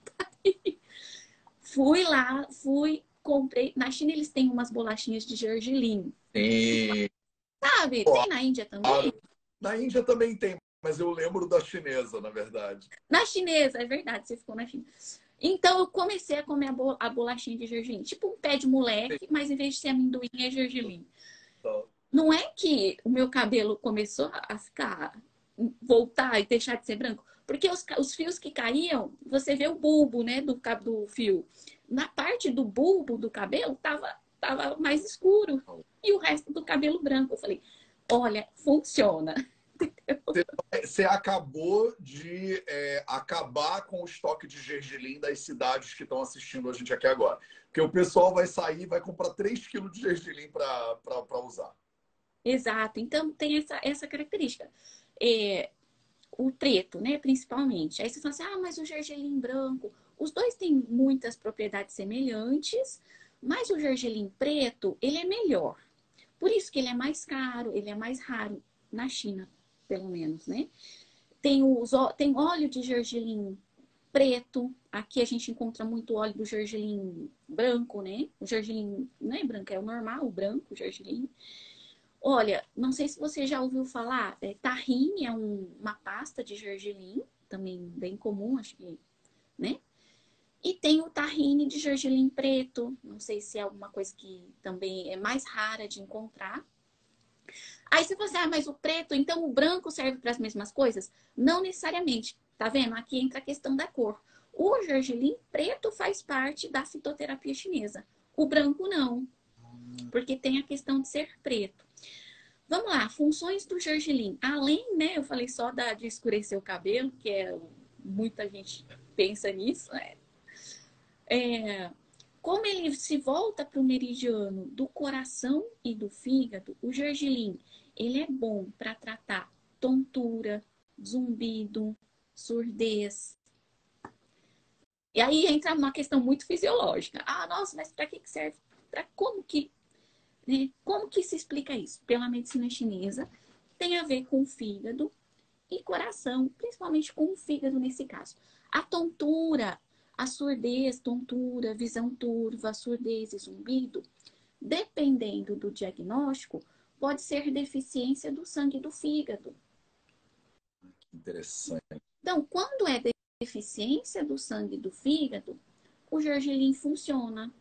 Fui lá, comprei. Na China eles têm umas bolachinhas de gergelim. E, Sabe? Tem na Índia também? claro, na Índia também tem, mas eu lembro da chinesa, na verdade. Na chinesa, é verdade, você ficou na China. Então eu comecei a comer a bolachinha de gergelim. Tipo um pé de moleque, mas em vez de ser amendoim, é gergelim. Então, Não é que o meu cabelo começou a ficar, voltar e deixar de ser branco, porque os fios que caíam, você vê o bulbo, né, do fio. Na parte do bulbo do cabelo, tava mais escuro. E o resto do cabelo branco. Eu falei, olha, funciona. você acabou de acabar com o estoque de gergelim das cidades que estão assistindo a gente aqui agora. Porque o pessoal vai sair e vai comprar 3 quilos de gergelim para usar. Exato. Então tem essa característica. É, o preto, né, principalmente. Aí você fala assim, mas o gergelim branco. Os dois têm muitas propriedades semelhantes, mas o gergelim preto, ele é melhor. Por isso que ele é mais caro, ele é mais raro na China, pelo menos, né? Tem óleo de gergelim preto. Aqui a gente encontra muito óleo do gergelim branco, né? O gergelim não é branco, é o normal, o branco, o gergelim. Olha, não sei se você já ouviu falar, tahine é uma pasta de gergelim, também bem comum, acho que, né? E tem o tahine de gergelim preto, não sei se é alguma coisa que também é mais rara de encontrar. Aí se você, mas o preto, então o branco serve para as mesmas coisas? Não necessariamente, tá vendo? Aqui entra a questão da cor. O gergelim preto faz parte da fitoterapia chinesa, o branco não, porque tem a questão de ser preto. Vamos lá, funções do gergelim. Além, né, eu falei só de escurecer o cabelo, que muita gente pensa nisso, né? Como ele se volta para o meridiano do coração e do fígado, o gergelim, ele é bom para tratar tontura, zumbido, surdez. E aí entra uma questão muito fisiológica. Ah, nossa, mas para que serve? Como que se explica isso? Pela medicina chinesa, tem a ver com o fígado e coração, principalmente com o fígado nesse caso. A tontura, a surdez, tontura, visão turva, surdez e zumbido, dependendo do diagnóstico, pode ser deficiência do sangue do fígado. Interessante. Então, quando é deficiência do sangue do fígado, o gergelim funciona.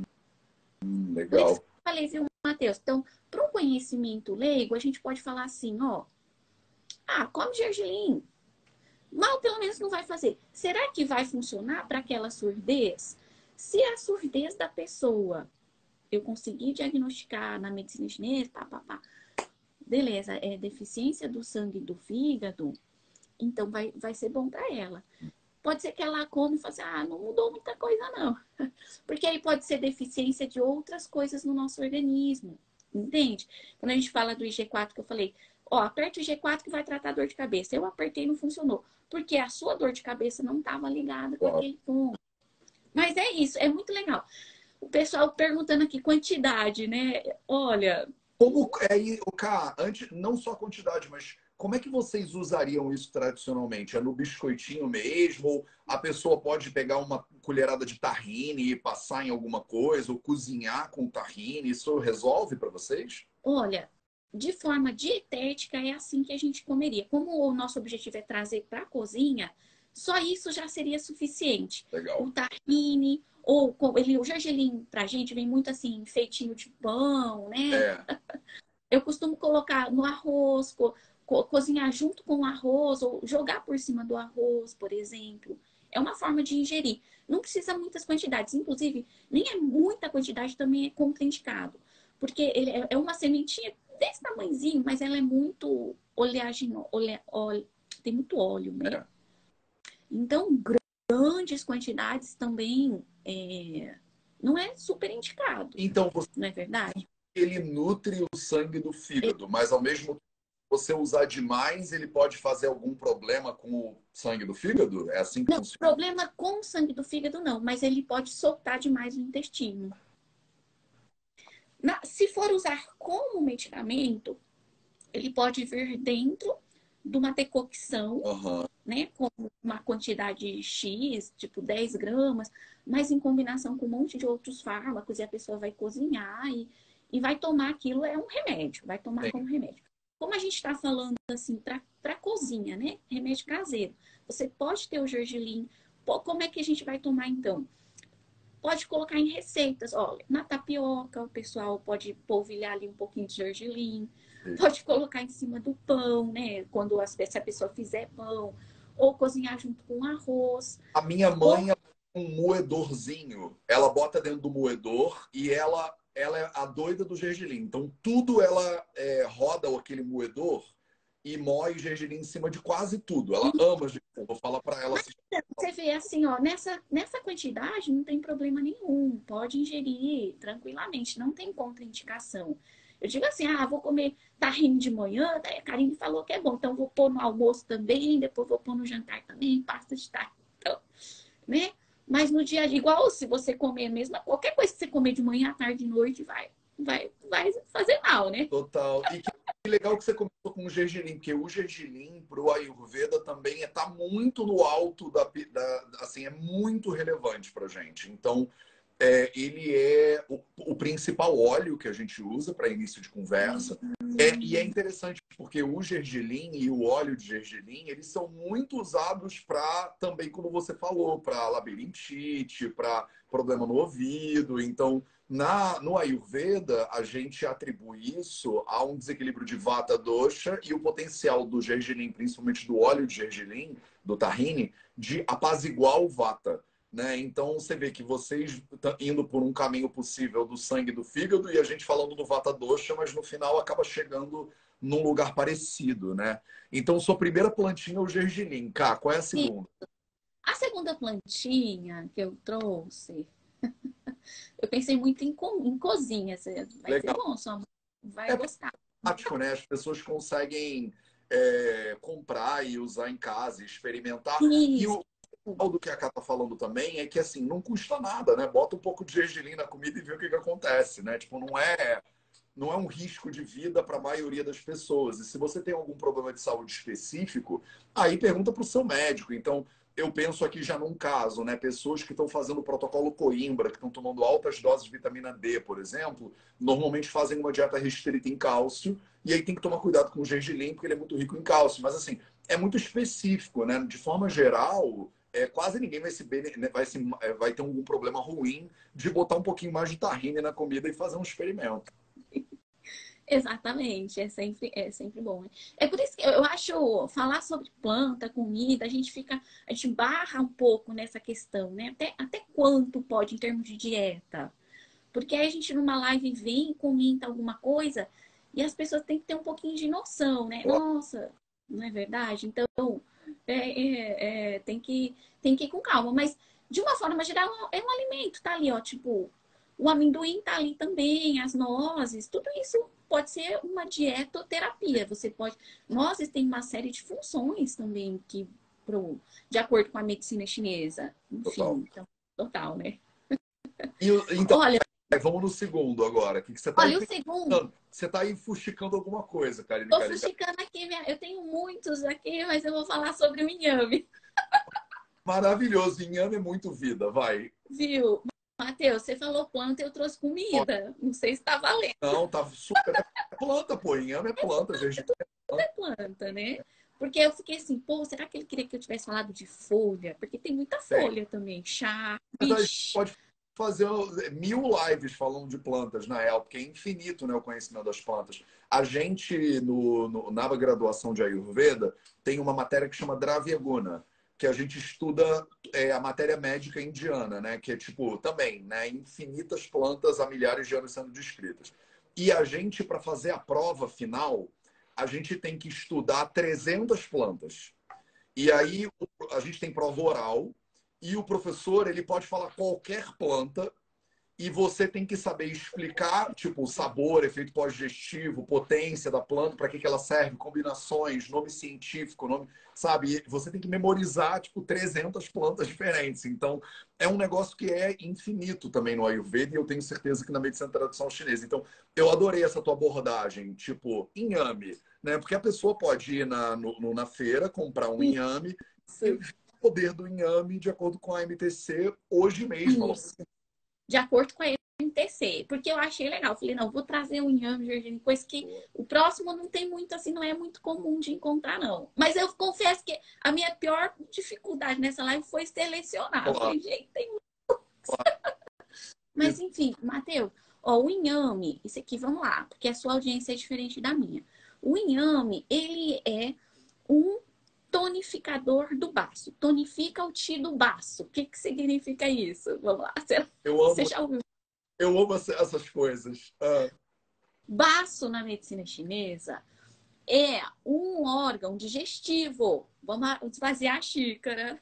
Por isso Legal. que eu falei, viu, Matheus? Então, para um conhecimento leigo, a gente pode falar assim, ó, come gergelim. Mal pelo menos não vai fazer. Será que vai funcionar para aquela surdez? Se a surdez da pessoa eu conseguir diagnosticar na medicina chinesa, beleza, é deficiência do sangue do fígado, então vai ser bom para ela. Pode ser que ela come e fale assim, não mudou muita coisa não. Porque aí pode ser deficiência de outras coisas no nosso organismo, entende? Quando a gente fala do IG4 que eu falei, aperta o IG4 que vai tratar a dor de cabeça. Eu apertei e não funcionou. Porque a sua dor de cabeça não estava ligada com aquele ponto. Mas é isso, é muito legal. O pessoal perguntando aqui quantidade, né? Olha. Como é, Cá, antes, não só a quantidade, mas como é que vocês usariam isso tradicionalmente? É no biscoitinho mesmo? Ou a pessoa pode pegar uma colherada de tahine e passar em alguma coisa, ou cozinhar com tahine? Isso resolve para vocês? Olha, de forma dietética é assim que a gente comeria. Como o nosso objetivo é trazer para a cozinha, só isso já seria suficiente. Legal. O tahine, ou o gergelim para a gente vem muito assim, feitinho de pão, né? Eu costumo colocar no arroz, cozinhar junto com o arroz, ou jogar por cima do arroz, por exemplo. É uma forma de ingerir. Não precisa muitas quantidades. Inclusive, nem é muita quantidade também é contraindicado. Porque ele é uma sementinha desse tamanhozinho, mas ela é muito oleaginosa, tem muito óleo, né? Então, grandes quantidades também não é super indicado. Então, não é verdade? Ele nutre o sangue do fígado, mas ao mesmo tempo, você usar demais, ele pode fazer algum problema com o sangue do fígado? É assim que Não, funciona? problema com o sangue do fígado não, mas ele pode soltar demais o intestino. Se for usar como medicamento, ele pode vir dentro de uma decocção, né, com uma quantidade X, tipo 10 gramas, mas em combinação com um monte de outros fármacos, e a pessoa vai cozinhar e vai tomar aquilo, é um remédio, vai tomar como remédio. Como a gente está falando assim, para cozinha, né? Remédio caseiro. Você pode ter o gergelim. Como é que a gente vai tomar então? Pode colocar em receitas. Olha, na tapioca, o pessoal pode polvilhar ali um pouquinho de gergelim. Pode colocar em cima do pão, né? Se a pessoa fizer pão. Ou cozinhar junto com arroz. A minha mãe é um moedorzinho. Ela bota dentro do moedor e ela é a doida do gergelim. Então, tudo ela roda aquele moedor e moe gergelim em cima de quase tudo. Ela ama gergelim. Vou falar para ela. Você vê assim, nessa quantidade não tem problema nenhum. Pode ingerir tranquilamente, não tem contraindicação. Eu digo assim, vou comer tahine de manhã, daí a Karine falou que é bom, então vou pôr no almoço também, depois vou pôr no jantar também, pasta de tahine. Então, né? Mas no dia a dia, igual se você comer mesmo, qualquer coisa que você comer de manhã, à tarde, de noite, vai fazer mal, né? Total. E que Que legal que você começou com o gergelim, porque o gergelim para o Ayurveda também está muito no alto assim, é muito relevante para gente. Então, ele é o principal óleo que a gente usa para início de conversa. E é interessante porque o gergelim e o óleo de gergelim, eles são muito usados para também, como você falou, para labirintite, para problema no ouvido. Então, no Ayurveda, a gente atribui isso a um desequilíbrio de Vata Dosha e o potencial do gergelim, principalmente do óleo de gergelim, do tahine, de apaziguar o Vata. Né? Então você vê que vocês estão indo por um caminho possível do sangue e do fígado e a gente falando do Vata Dosha, mas no final acaba chegando num lugar parecido, né? Então sua primeira plantinha é o gergelim. Cá, qual é a segunda? A segunda plantinha que eu trouxe, eu pensei muito em cozinha. Vai ser Legal. bom, sua mãe vai É gostar. prático, né? As pessoas conseguem comprar e usar em casa, e experimentar. E Isso. o do que a Cá tá falando também é que assim, não custa nada, né? Bota um pouco de gergelim na comida e vê o que acontece, né? Tipo, não é um risco de vida para a maioria das pessoas. E se você tem algum problema de saúde específico, aí pergunta para o seu médico. Então, eu penso aqui já num caso, né? Pessoas que estão fazendo o protocolo Coimbra, que estão tomando altas doses de vitamina D, por exemplo, normalmente fazem uma dieta restrita em cálcio, e aí tem que tomar cuidado com o gergelim, porque ele é muito rico em cálcio. Mas, assim, é muito específico, né? De forma geral, quase ninguém vai ter algum problema ruim de botar um pouquinho mais de tahine na comida e fazer um experimento. Exatamente, é sempre bom, né? É por isso que eu acho falar sobre planta, comida, a gente barra um pouco nessa questão, né? Até quanto pode em termos de dieta? Porque aí a gente numa live vem, comenta alguma coisa e as pessoas têm que ter um pouquinho de noção, né? Nossa, não é verdade? Então, tem que ir com calma. Mas, de uma forma geral, é um alimento, tá ali, ó. Tipo, o amendoim tá ali também, as nozes, tudo isso pode ser uma dietoterapia. Você pode. Nozes têm uma série de funções também de acordo com a medicina chinesa. Total. Enfim, então, total, né? Então, Olha, vamos no segundo agora. O que você está aí olha, o segundo. pensando? Você está aí fuxicando alguma coisa, Karine Tô Carica. fuxicando aqui, eu tenho muitos aqui, mas eu vou falar sobre o inhame, Maravilhoso. Inhame é muito vida, vai. viu? Matheus, você falou planta, eu trouxe comida. Não sei se tá valendo. Não, tá super. É planta, pô. Inhame é planta, gente. Tudo é planta, né? Porque eu fiquei assim, pô, será que ele queria que eu tivesse falado de folha? Porque tem muita Tem. folha também. Chá, Mas a gente ixi. pode fazer 1000 lives falando de plantas, na real, porque é infinito, né, o conhecimento das plantas. A gente, na graduação de Ayurveda, tem uma matéria que chama Dravya Guna, que a gente estuda a matéria médica indiana, né, que é tipo, também, né, infinitas plantas há milhares de anos sendo descritas. E a gente, para fazer a prova final, a gente tem que estudar 300 plantas. E aí a gente tem prova oral e o professor ele pode falar qualquer planta e você tem que saber explicar, tipo, o sabor, efeito pós-digestivo, potência da planta, para que ela serve, combinações, nome científico, nome, sabe? E você tem que memorizar, tipo, 300 plantas diferentes. Então, é um negócio que é infinito também no Ayurveda e eu tenho certeza que na medicina tradicional chinesa. Então, eu adorei essa tua abordagem, tipo, inhame, né? Porque a pessoa pode ir na feira, comprar um inhame e Isso, ver o poder do inhame de acordo com a MTC hoje mesmo. isso. De acordo com a MTC. Porque eu achei legal. Eu falei, não, vou trazer um inhame, Georgine, coisa que o próximo não tem muito, assim, não é muito comum de encontrar, não. Mas eu confesso que a minha pior dificuldade nessa live foi selecionar. Eu Claro, falei, gente, tem. claro. Mas enfim, Matheus, ó, o inhame, isso aqui, vamos lá, porque a sua audiência é diferente da minha. O inhame, ele é um tonificador do baço. Tonifica o ti do baço. O que que significa isso? Vamos lá. Eu Você amo já ouviu? Eu amo essas coisas. Ah, Baço na medicina chinesa é um órgão digestivo. Vamos esvaziar a xícara,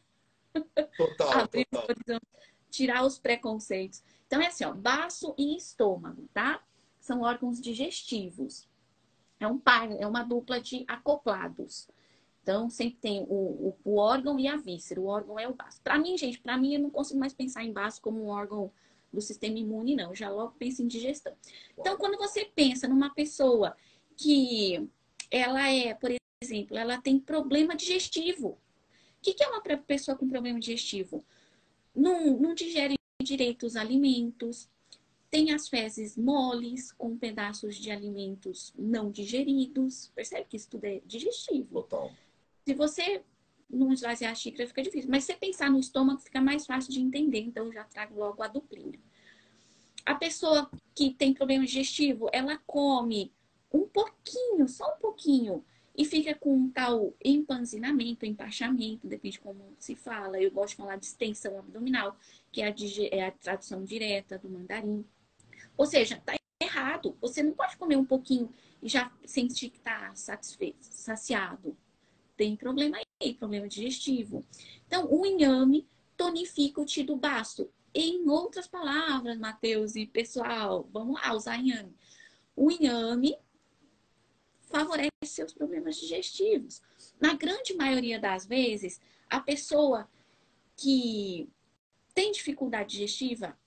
total, abrir, total. tirar os preconceitos. Então é assim, ó, baço e estômago, tá? São órgãos digestivos. É um par, é uma dupla de acoplados. Então, sempre tem o órgão e a víscera. O órgão é o baço. Para mim, gente, para mim, eu não consigo mais pensar em baço como um órgão do sistema imune, não. Eu já logo penso em digestão. Então, quando você pensa numa pessoa que ela é, por exemplo, ela tem problema digestivo. O que é uma pessoa com problema digestivo? Não digere direito os alimentos, tem as fezes moles, com pedaços de alimentos não digeridos. Percebe que isso tudo é digestivo. Total. Se você não esvaziar a xícara, fica difícil. Mas se você pensar no estômago, fica mais fácil de entender. Então, eu já trago logo a duplinha. A pessoa que tem problema digestivo, ela come um pouquinho, só um pouquinho, e fica com um tal empanzinamento, empachamento, depende de como se fala. Eu gosto de falar de extensão abdominal, que é a tradução direta do mandarim. Ou seja, tá errado. Você não pode comer um pouquinho e já sentir que tá satisfeito, saciado. Tem problema aí, problema digestivo. Então, o inhame tonifica o tecido baço. Em outras palavras, Matheus e pessoal, vamos lá usar inhame. O inhame favorece seus problemas digestivos. Na grande maioria das vezes, a pessoa que tem dificuldade digestiva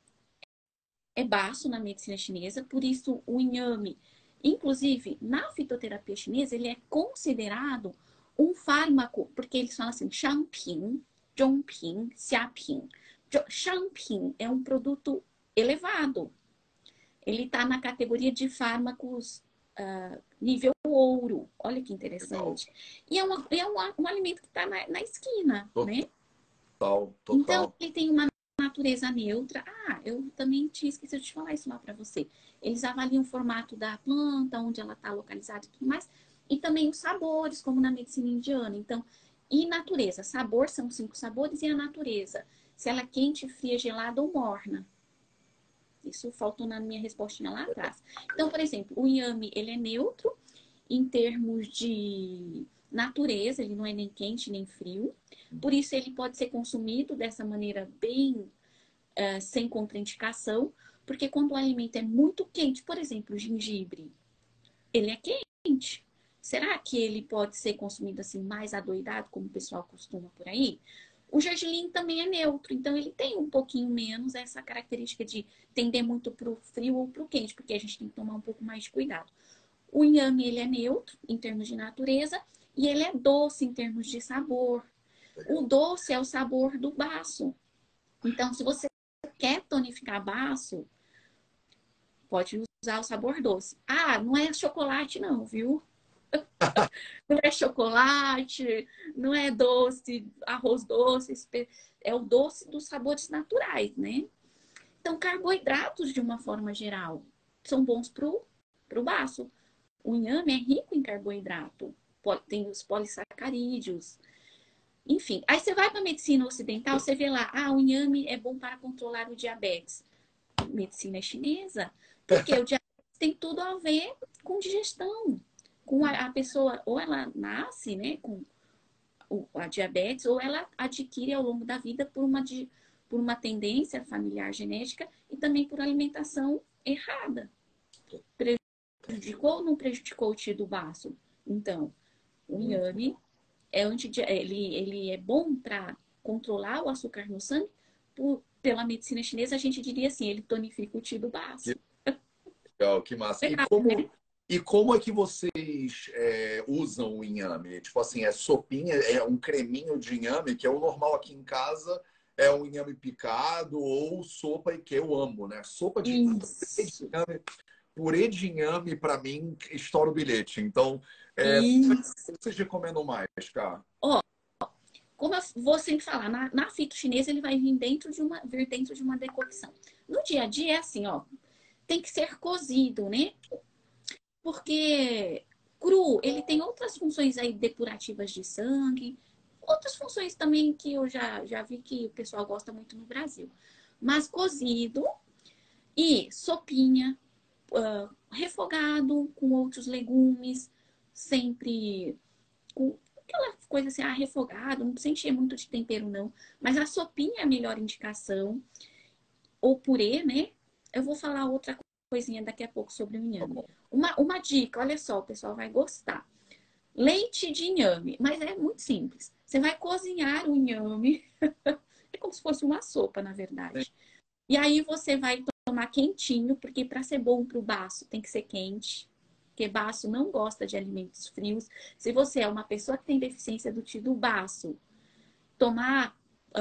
é baço na medicina chinesa, por isso o inhame, inclusive na fitoterapia chinesa, ele é considerado um fármaco, porque eles falam assim, Shangping, Zhongping, Xiaping. Shangping é um produto elevado. Ele está na categoria de fármacos nível ouro. Olha que interessante. E um alimento que está na esquina, né? Total, Então, total. ele tem uma natureza neutra. Ah, eu também tinha esquecido de falar isso lá para você. Eles avaliam o formato da planta, onde ela está localizada e tudo mais. E também os sabores, como na medicina indiana. Então, e natureza. Sabor são 5 sabores e a natureza. Se ela é quente, fria, gelada ou morna. Isso faltou na minha respostinha lá atrás. Então, por exemplo, o inhame, ele é neutro em termos de natureza, ele não é nem quente nem frio. Por isso, ele pode ser consumido dessa maneira bem sem contraindicação, porque quando o alimento é muito quente, por exemplo, o gengibre, ele é quente. Será que ele pode ser consumido assim mais adoidado, como o pessoal costuma por aí? O gergelim também é neutro, então ele tem um pouquinho menos essa característica de tender muito para o frio ou para o quente, porque a gente tem que tomar um pouco mais de cuidado. O inhame, ele é neutro em termos de natureza e ele é doce em termos de sabor. O doce é o sabor do baço. Então, se você quer tonificar baço, pode usar o sabor doce. Ah, não é chocolate não, viu? Não é chocolate, não é doce, arroz doce, é o doce dos sabores naturais, né? Então, carboidratos, de uma forma geral, são bons pro baço. O inhame é rico em carboidrato. Tem os polissacarídeos. Enfim, aí você vai para a medicina ocidental, você vê lá, o inhame é bom para controlar o diabetes. Medicina chinesa, porque o diabetes tem tudo a ver com digestão. Com a pessoa, ou ela nasce, né, com a diabetes, ou ela adquire ao longo da vida por uma tendência familiar genética e também por alimentação errada. Prejudicou ou não prejudicou o tecido baço? Então, o inhame ele é bom para controlar o açúcar no sangue. Pela medicina chinesa, a gente diria assim, ele tonifica o tecido Que baço. legal, que massa. Legal, né? E como é que vocês usam o inhame? Tipo assim, é sopinha, é um creminho de inhame, que é o normal aqui em casa, é um inhame picado ou sopa, que eu amo, né? Sopa de Isso. inhame, purê de inhame, para mim, estoura o bilhete. Então, Isso. vocês recomendam mais, cara? Ó, como eu vou sempre falar, na fito chinesa ele vai vir dentro de uma decocção. No dia a dia é assim, ó, tem que ser cozido, né? Porque cru, ele tem outras funções aí depurativas de sangue, outras funções também que eu já vi que o pessoal gosta muito no Brasil. Mas cozido e sopinha, refogado com outros legumes, sempre com aquela coisa assim, refogado, não precisa encher muito de tempero, não. Mas a sopinha é a melhor indicação, ou purê, né? Eu vou falar outra coisinha daqui a pouco sobre o Tá inhame. bom. Uma dica, olha só, o pessoal vai gostar. Leite de inhame, mas é muito simples. Você vai cozinhar o inhame, é como se fosse uma sopa, na verdade. E aí você vai tomar quentinho, porque para ser bom para o baço tem que ser quente. porque baço não gosta de alimentos frios. Se você é uma pessoa que tem deficiência do tio do baço, tomar,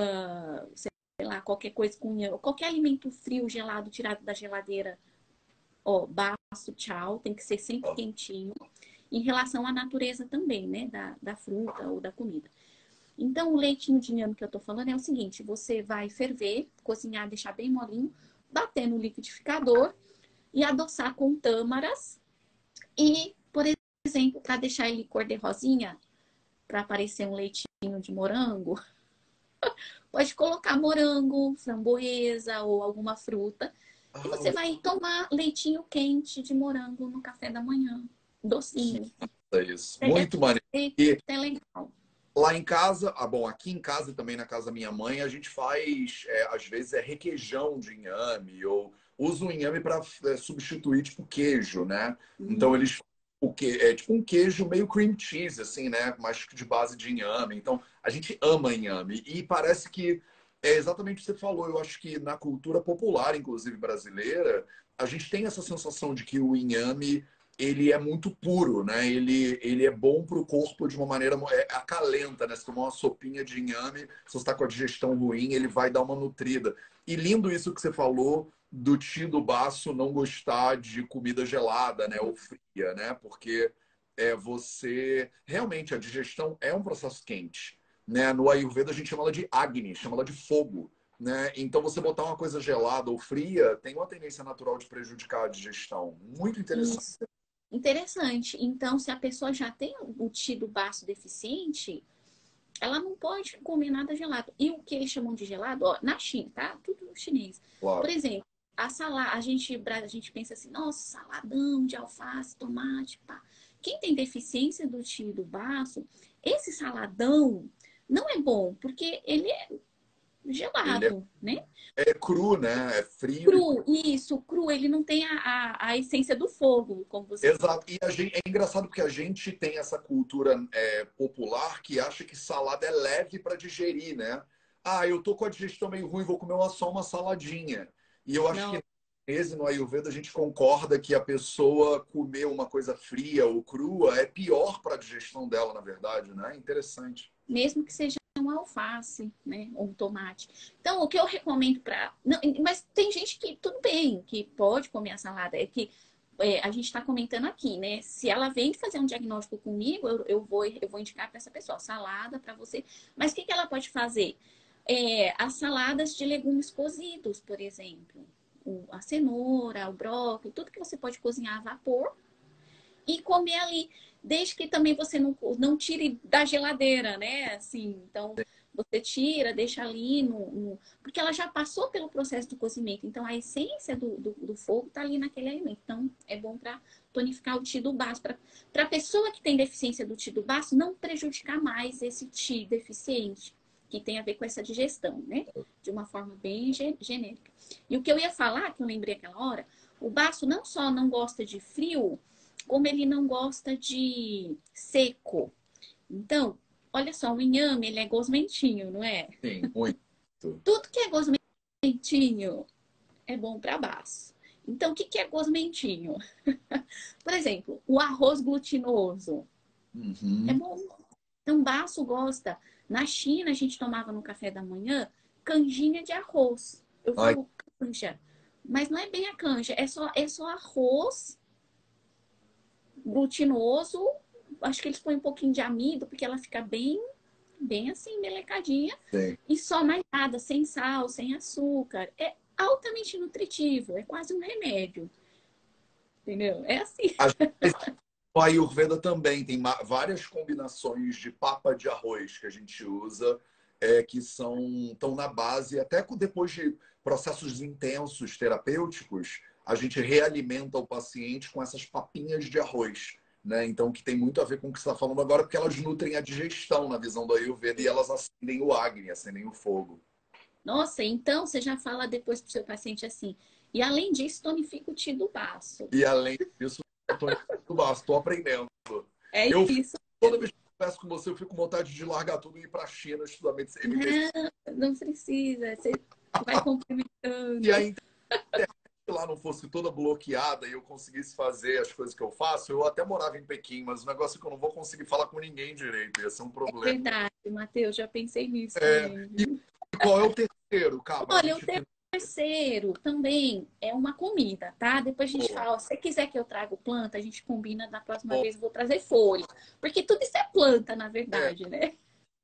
sei lá, qualquer coisa com qualquer alimento frio, gelado, tirado da geladeira, ó, baço, tchau, tem que ser sempre quentinho. Em relação à natureza também, né, da fruta ou da comida. Então, o leitinho de inhame que eu tô falando é o seguinte, você vai ferver, cozinhar, deixar bem molinho, bater no liquidificador e adoçar com tâmaras e, por exemplo, para deixar ele cor de rosinha, para parecer um leitinho de morango, pode colocar morango, framboesa ou alguma fruta. E você vai tomar leitinho quente de morango no café da manhã. Docinho. É isso. Muito maneiro. É legal. Lá em casa, bom, aqui em casa e também na casa da minha mãe, a gente faz, às vezes, requeijão de inhame, ou usa o inhame para substituir, tipo, queijo, né? Então, eles é tipo um queijo meio cream cheese, assim, né? Mas de base de inhame. Então, a gente ama inhame. E parece que é exatamente o que você falou. Eu acho que na cultura popular, inclusive brasileira, a gente tem essa sensação de que o inhame ele é muito puro, né? Ele é bom para o corpo de uma maneira acalenta, né? Se tomar uma sopinha de inhame, se você está com a digestão ruim, ele vai dar uma nutrida. E lindo isso que você falou do tio do baço não gostar de comida gelada, né? Ou fria, né? Porque você realmente a digestão é um processo quente, né? No Ayurveda a gente chama ela de Agni, chama ela de fogo. Né? Então, você botar uma coisa gelada ou fria tem uma tendência natural de prejudicar a digestão. Muito interessante. Isso. Interessante. Então, se a pessoa já tem o tido baço deficiente, ela não pode comer nada gelado. E o que eles chamam de gelado, ó, na China, tá? Tudo chinês. Por Claro. exemplo, a salada, a gente pensa assim, nossa, saladão de alface, tomate, pá. Quem tem deficiência do tido baço, esse saladão não é bom, porque ele é Ele gelado, né? é cru, né? É frio. Cru, isso, cru, ele não tem a essência do fogo, como você falou. Exato. E é engraçado porque a gente tem essa cultura popular que acha que salada é leve para digerir, né? Ah, eu tô com a digestão meio ruim, vou comer só uma saladinha. E eu acho Não, que no Ayurveda a gente concorda que a pessoa comer uma coisa fria ou crua é pior para a digestão dela, na verdade, né? Interessante. mesmo que seja um alface, né, ou um tomate. Então, o que eu recomendo para, mas tem gente que tudo bem, que pode comer a salada, é que a gente está comentando aqui, né? Se ela vem fazer um diagnóstico comigo, eu vou indicar para essa pessoa salada para você. Mas o que ela pode fazer? As saladas de legumes cozidos, por exemplo, a cenoura, o brócolis, tudo que você pode cozinhar a vapor e comer ali, desde que também você não tire da geladeira, né? Assim, então você tira, deixa ali porque ela já passou pelo processo do cozimento. Então a essência do fogo está ali naquele alimento. Então é bom para tonificar o Ti do baço. Para a pessoa que tem deficiência do Ti do baço, não prejudicar mais esse Ti deficiente, que tem a ver com essa digestão, né? De uma forma bem genérica. E o que eu ia falar, que eu lembrei aquela hora, o baço não só não gosta de frio, como ele não gosta de seco. Então, olha só, o inhame, ele é gosmentinho, não é? Sim, muito. Tudo que é gosmentinho é bom para baço. Então, o que é gosmentinho? Por exemplo, o arroz glutinoso é Uhum. bom. Então, baço gosta. Na China, a gente tomava no café da manhã canjinha de arroz. Eu Ai, falo canja, mas não é bem a canja, é só arroz glutinoso. Acho que eles põem um pouquinho de amido, porque ela fica bem assim, melecadinha. sim. E só mais nada, sem sal, sem açúcar. É altamente nutritivo, é quase um remédio. Entendeu? É assim. A gente, no Ayurveda também tem várias combinações de papa de arroz que a gente usa, que estão na base, até depois de processos intensos terapêuticos, a gente realimenta o paciente com essas papinhas de arroz. Né? Então, que tem muito a ver com o que você está falando agora, porque elas nutrem a digestão na visão do Ayurveda e elas acendem o Agni, acendem o fogo. Nossa, então você já fala depois pro seu paciente assim. E além disso, tonifica o Ti do baço. E além disso, estou aprendendo. É Eu, isso. toda vez que eu converso com você, eu fico com vontade de largar tudo e ir para a China estudar medicina. Não, não precisa. Você vai E complementando. a internet lá não fosse toda bloqueada e eu conseguisse fazer as coisas que eu faço, eu até morava em Pequim, mas o negócio é que eu não vou conseguir falar com ninguém direito, ia ser um É problema. verdade, Matheus, já pensei nisso É, também. e qual é o terceiro, cara, pra Olha, o gente finalizar? terceiro também é uma comida, tá? Depois a gente Boa. fala, se você quiser que eu traga planta, a gente combina da próxima Bom, vez, eu vou trazer folha. Porque tudo isso é planta, na é, verdade, né?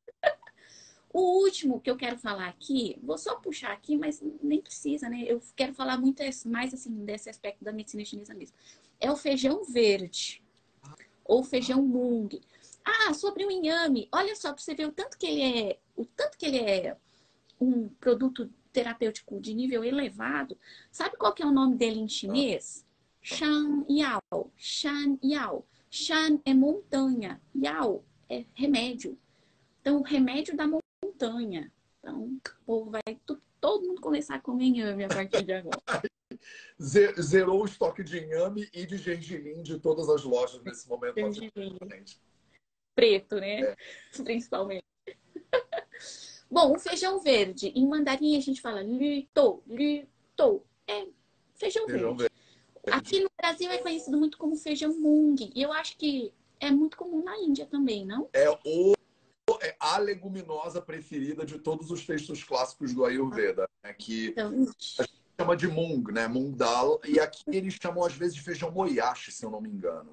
O último que eu quero falar aqui, vou só puxar aqui, mas nem precisa, né? Eu quero falar muito mais assim desse aspecto da medicina chinesa mesmo. É o feijão verde ou feijão mung. Ah, sobre o inhame, olha só para você ver o tanto que ele é um produto terapêutico de nível elevado. Sabe qual que é o nome dele em ah, chinês? ah. Shan Yao. Shan Yao. Shan é montanha, Yao é remédio. Então, o remédio da montanha. Então, o povo vai todo mundo começar a comer inhame a partir de agora. Zerou o estoque de inhame e de gergelim de todas as lojas nesse momento. Gergelim. Gente. Preto, né? É, Principalmente. Bom, o feijão verde, em mandarim a gente fala lü tou. É feijão feijão verde. verde. Aqui no Brasil é conhecido muito como feijão mung. E eu acho que é muito comum na Índia também, não? É a leguminosa preferida de todos os textos clássicos do Ayurveda, né? Que Então, chama de mung, né? Mung dal. E aqui eles chamam às vezes de feijão moyashi, se eu não me engano.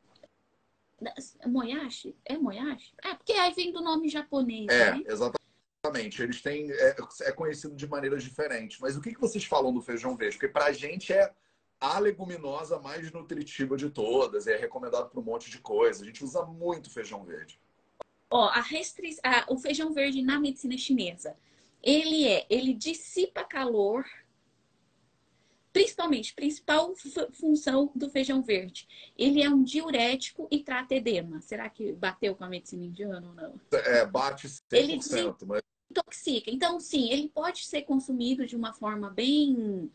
moyashi? É moyashi? É, porque aí vem do nome japonês, É, né? exatamente. Eles têm. É conhecido de maneiras diferentes. Mas o que vocês falam do feijão verde? Porque pra gente é a leguminosa mais nutritiva de todas. É recomendado para um monte de coisa. A gente usa muito feijão verde. Ó, o feijão verde na medicina chinesa, ele dissipa calor, principalmente, principal função do feijão verde. Ele é um diurético e trata edema. Será que bateu com a medicina indiana ou não? É, bate Ele 100%. Mas desintoxica. Então, sim, ele pode ser consumido de uma forma bem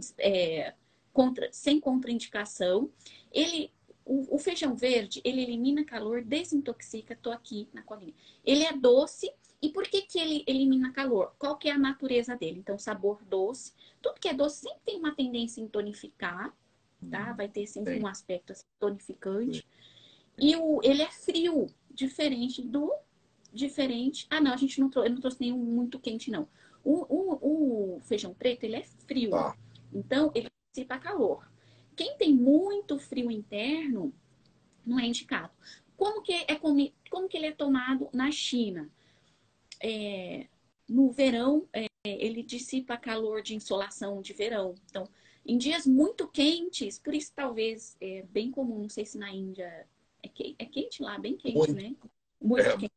sem contraindicação. Ele, o feijão verde, ele elimina calor, desintoxica. Tô aqui na colinha. Ele é doce. E por que que ele elimina calor? Qual que é a natureza dele? Então, sabor doce. Tudo que é doce sempre tem uma tendência em tonificar, tá? Vai ter sempre tem. um aspecto assim, tonificante. E ele é frio, diferente. Ah, não, a gente não trouxe, eu não trouxe nenhum muito quente, não. O feijão preto, ele é frio. Tá. Então, ele dissipa calor. Quem tem muito frio interno, não é indicado. Como que ele é tomado na China? No verão, ele dissipa calor de insolação de verão. Então, em dias muito quentes, por isso talvez é bem comum, não sei se na Índia é quente lá, bem quente, Muito. né? Muito É, quente.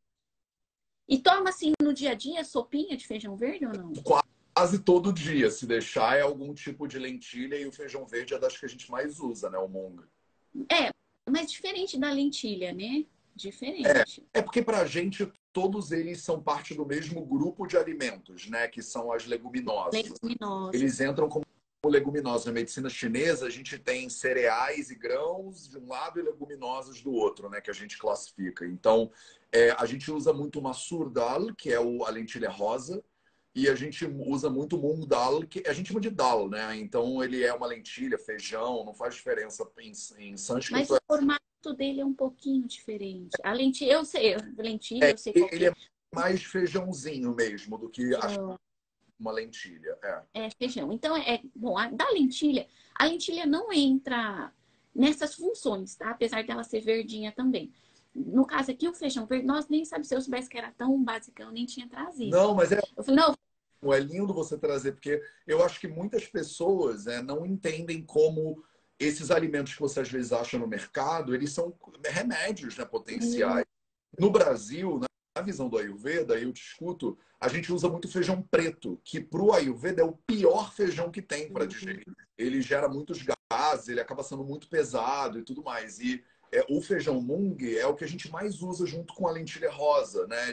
E toma assim no dia a dia sopinha de feijão verde ou não? quase todo dia. Se deixar, é algum tipo de lentilha e o feijão verde é das que a gente mais usa, né? O mung. É, mas diferente da lentilha, né? É, Diferente. é porque pra gente todos eles são parte do mesmo grupo de alimentos, né? Que são as leguminosas. Eles Leguminosas. entram como leguminosas. Na medicina chinesa, a gente tem cereais e grãos de um lado e leguminosas do outro, né? Que a gente classifica. Então, a gente usa muito maçur dal, que é a lentilha rosa, e a gente usa muito mung dal, que a gente chama de dal, né? Então, ele é uma lentilha, feijão, não faz diferença em Mas sânscrito. o formato dele é um pouquinho diferente. A lentilha, lentilha, eu sei qual Ele que é mais feijãozinho mesmo do que é. uma lentilha. É. É feijão. Então, bom, da lentilha, a lentilha não entra nessas funções, tá? Apesar dela ser verdinha também. No caso aqui, o feijão verde, nós nem sabe se eu soubesse que era tão basicão, eu nem tinha trazido. Não, mas Eu falei, não, é lindo você trazer, porque eu acho que muitas pessoas não entendem como esses alimentos que você às vezes acha no mercado, eles são remédios, né, potenciais. No Brasil, na visão do Ayurveda, eu te escuto, a gente usa muito feijão preto, que para o Ayurveda é o pior feijão que tem para digerir. Ele gera muitos gases, ele acaba sendo muito pesado e tudo mais. E o feijão mung é o que a gente mais usa junto com a lentilha rosa, né?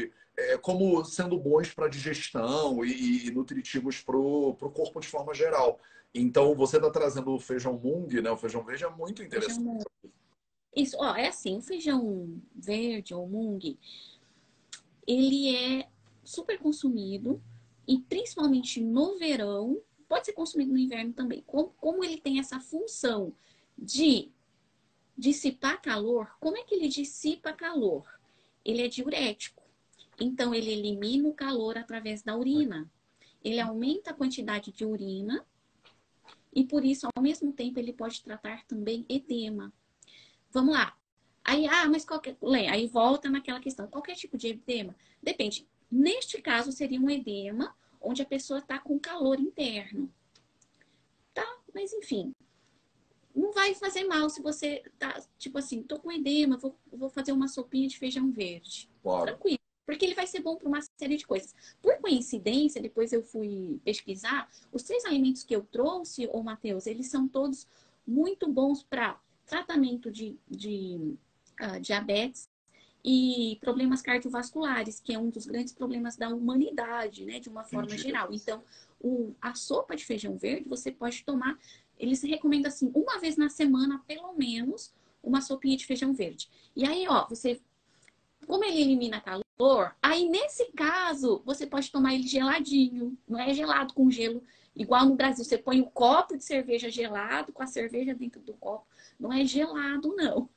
Como sendo bons para digestão e nutritivos para o corpo de forma geral. Então, você está trazendo o feijão mung, né? O feijão verde é muito interessante. feijão. Isso, ó, é assim, o feijão verde ou mung, ele é super consumido e principalmente no verão, pode ser consumido no inverno também. Como ele tem essa função de dissipar calor, como é que ele dissipa calor? Ele é diurético. Então, ele elimina o calor através da urina. Ele aumenta a quantidade de urina e, por isso, ao mesmo tempo, ele pode tratar também edema. Vamos lá. Aí, mas aí volta naquela questão. Qualquer tipo de edema? Depende. Neste caso, seria um edema onde a pessoa está com calor interno. Tá? Mas, enfim, não vai fazer mal se você tá, tipo assim, tô com edema, vou fazer uma sopinha de feijão verde. Claro. Tranquilo. Porque ele vai ser bom para uma série de coisas. Por coincidência, depois eu fui pesquisar, os 3 alimentos que eu trouxe, ô Matheus, eles são todos muito bons para tratamento de diabetes e problemas cardiovasculares, que é um dos grandes problemas da humanidade, né, de uma forma geral. Então, a sopa de feijão verde, você pode tomar, eles recomendam assim, uma vez na semana, pelo menos, uma sopinha de feijão verde. E aí, ó, como ele elimina calor, aí nesse caso, você pode tomar ele geladinho, não é gelado com gelo, igual no Brasil, você põe um copo de cerveja gelado, com a cerveja dentro do copo, não é gelado, não.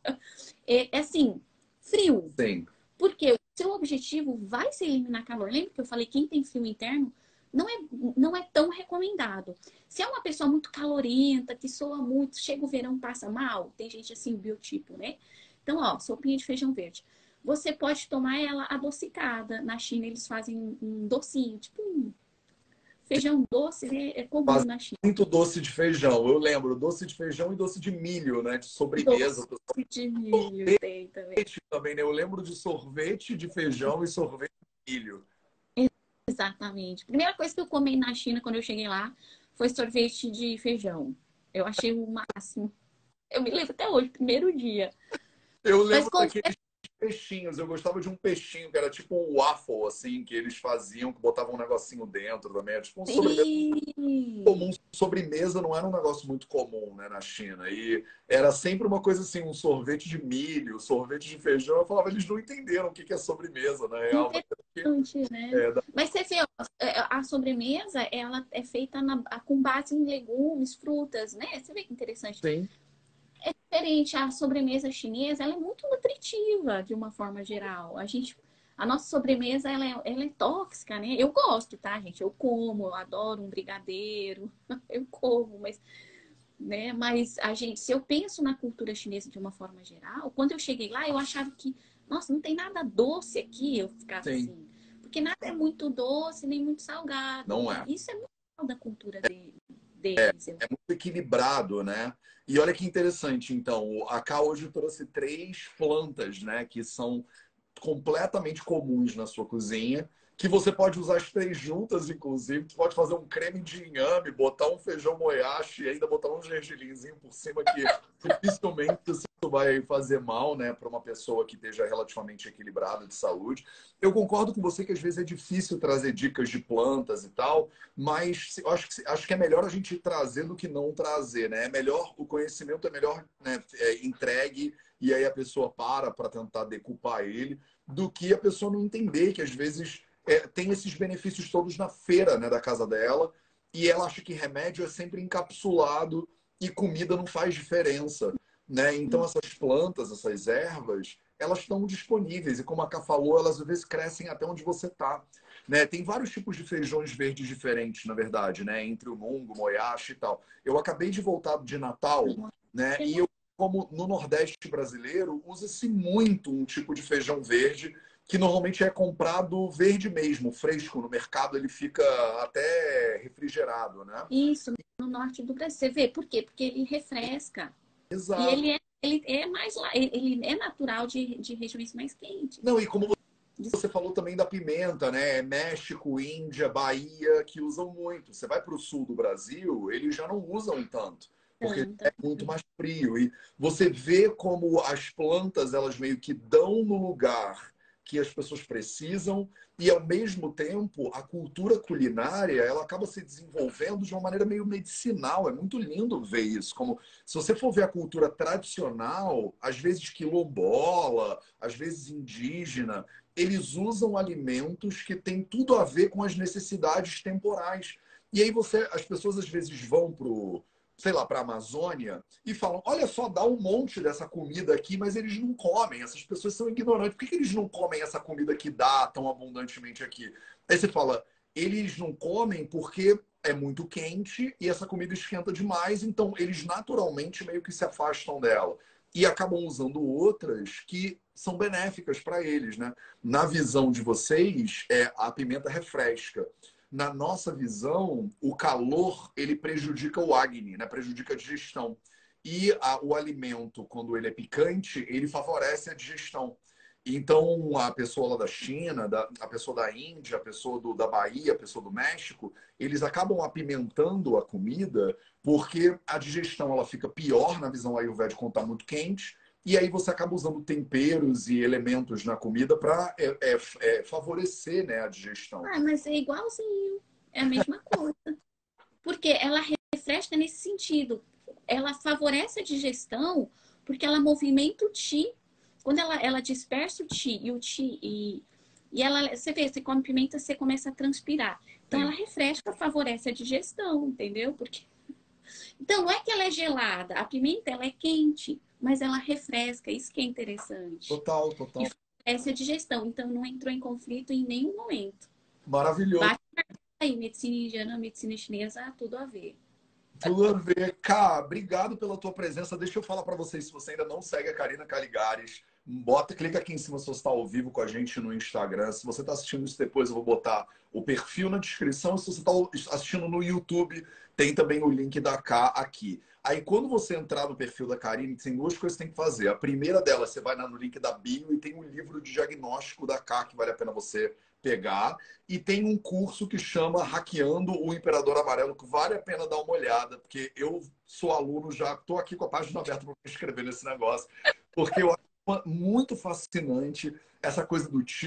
É assim, frio. Sim. Porque o seu objetivo vai ser eliminar calor. Lembra que eu falei, quem tem frio interno não é tão recomendado. Se é uma pessoa muito calorenta, que soa muito, chega o verão, passa mal, tem gente assim, o biotipo, né? Então, ó, sopinha de feijão verde. Você pode tomar ela adocicada. Na China, eles fazem um docinho, tipo um feijão doce, né? É comum Faz na China. muito doce de feijão. Eu lembro, doce de feijão e doce de milho, né? De sobremesa. Doce de milho tem também. Sorvete também, né? Eu lembro de sorvete de feijão e sorvete de milho. Exatamente. Primeira coisa que eu comi na China quando eu cheguei lá foi sorvete de feijão. Eu achei o máximo. Eu me lembro até hoje, primeiro dia. Eu Mas lembro daqueles peixinhos. Eu gostava de um peixinho que era tipo um waffle, assim, que eles faziam, que botavam um negocinho dentro também. Era tipo um sobremesa comum. Sobremesa não era um negócio muito comum, né, na China. E era sempre uma coisa assim, um sorvete de milho, sorvete de feijão. Eu falava, eles não entenderam o que é sobremesa, na real. Interessante, né? Mas você vê, ó, a sobremesa, ela é feita com base em legumes, frutas, né? Você vê que interessante. Sim. É diferente, a sobremesa chinesa, ela é muito nutritiva, de uma forma geral. A nossa sobremesa, ela é tóxica, né? Eu gosto, tá, gente? Eu como, eu adoro um brigadeiro, eu como, mas, né? Mas se eu penso na cultura chinesa de uma forma geral, quando eu cheguei lá, eu achava que, nossa, não tem nada doce aqui, eu ficava Sim. assim. Porque nada é muito doce, nem muito salgado. Não é. Isso é muito da cultura deles. É muito equilibrado, né? E olha que interessante, então, a Cá hoje trouxe 3 plantas, né, que são completamente comuns na sua cozinha, que você pode usar as 3 juntas, inclusive. Você pode fazer um creme de inhame, botar um feijão moyashi e ainda botar um gergelinzinho por cima, que dificilmente isso vai fazer mal, né, para uma pessoa que esteja relativamente equilibrada de saúde. Eu concordo com você que às vezes é difícil trazer dicas de plantas e tal, mas eu acho que é melhor a gente trazer do que não trazer, né? É melhor, o conhecimento é melhor, né, entregue e aí a pessoa para tentar decupar ele, do que a pessoa não entender que às vezes tem esses benefícios todos na feira, né, da casa dela, e ela acha que remédio é sempre encapsulado e comida não faz diferença, né? Então essas plantas, essas ervas, elas estão disponíveis e como a Ká falou, elas às vezes crescem até onde você está, né? Tem vários tipos de feijões verdes diferentes, na verdade, né? Entre o mungo, moyashi e tal. Eu acabei de voltar de Natal, né? E eu, como no Nordeste brasileiro, usa-se muito um tipo de feijão verde que normalmente é comprado verde mesmo, fresco no mercado, ele fica até refrigerado, né? Isso, no norte do Brasil. Você vê por quê? Porque ele refresca. E Exato. ele é mais ele é natural de regiões mais quentes. Não, e como você falou também da pimenta, né? México, Índia, Bahia, que usam muito. Você vai para o sul do Brasil, eles já não usam tanto, porque é muito mais frio. E você vê como as plantas, elas meio que dão no lugar que as pessoas precisam e, ao mesmo tempo, a cultura culinária, ela acaba se desenvolvendo de uma maneira meio medicinal. É muito lindo ver isso. Como, se você for ver a cultura tradicional, às vezes quilombola, às vezes indígena, eles usam alimentos que têm tudo a ver com as necessidades temporais. E aí as pessoas às vezes vão sei lá, para a Amazônia e falam, olha só, dá um monte dessa comida aqui, mas eles não comem. Essas pessoas são ignorantes. Por que eles não comem essa comida que dá tão abundantemente aqui? Aí você fala, eles não comem porque é muito quente e essa comida esquenta demais, então eles naturalmente meio que se afastam dela. E acabam usando outras que são benéficas para eles, né? Na visão de vocês, a pimenta refresca. Na nossa visão, o calor ele prejudica o acne, né? Prejudica a digestão. E o alimento, quando ele é picante, ele favorece a digestão. Então, a pessoa lá da China, a pessoa da Índia, a pessoa da Bahia, a pessoa do México, eles acabam apimentando a comida porque a digestão ela fica pior na visão Ayurvédica quando está muito quente. E aí você acaba usando temperos e elementos na comida para favorecer, né, a digestão. Ah, mas é igualzinho. É a mesma coisa. Porque ela refresca nesse sentido. Ela favorece a digestão porque ela movimenta o Qi. Quando ela dispersa o Qi e o Qi e ela, você vê, você come pimenta, você começa a transpirar. Então Sim. ela refresca, favorece a digestão, entendeu? Porque então não é que ela é gelada, a pimenta ela é quente, mas ela refresca, isso que é interessante. Total, E total. favorece a digestão, então não entrou em conflito em nenhum momento. Maravilhoso. Bate aí, medicina indiana, medicina chinesa, tudo a ver. Tudo a ver. Cá, obrigado pela tua presença. Deixa eu falar para vocês, se você ainda não segue a Karina Caligares, clica aqui em cima se você está ao vivo com a gente no Instagram. Se você está assistindo isso depois, eu vou botar o perfil na descrição. Se você está assistindo no YouTube, tem também o link da K aqui. Aí, quando você entrar no perfil da Karine, tem duas coisas que você tem que fazer. A primeira delas, você vai no link da bio e tem um livro de diagnóstico da K que vale a pena você pegar. E tem um curso que chama Hackeando o Imperador Amarelo, que vale a pena dar uma olhada, porque eu sou aluno, já estou aqui com a página aberta para me inscrever nesse negócio, porque eu acho muito fascinante essa coisa do Ti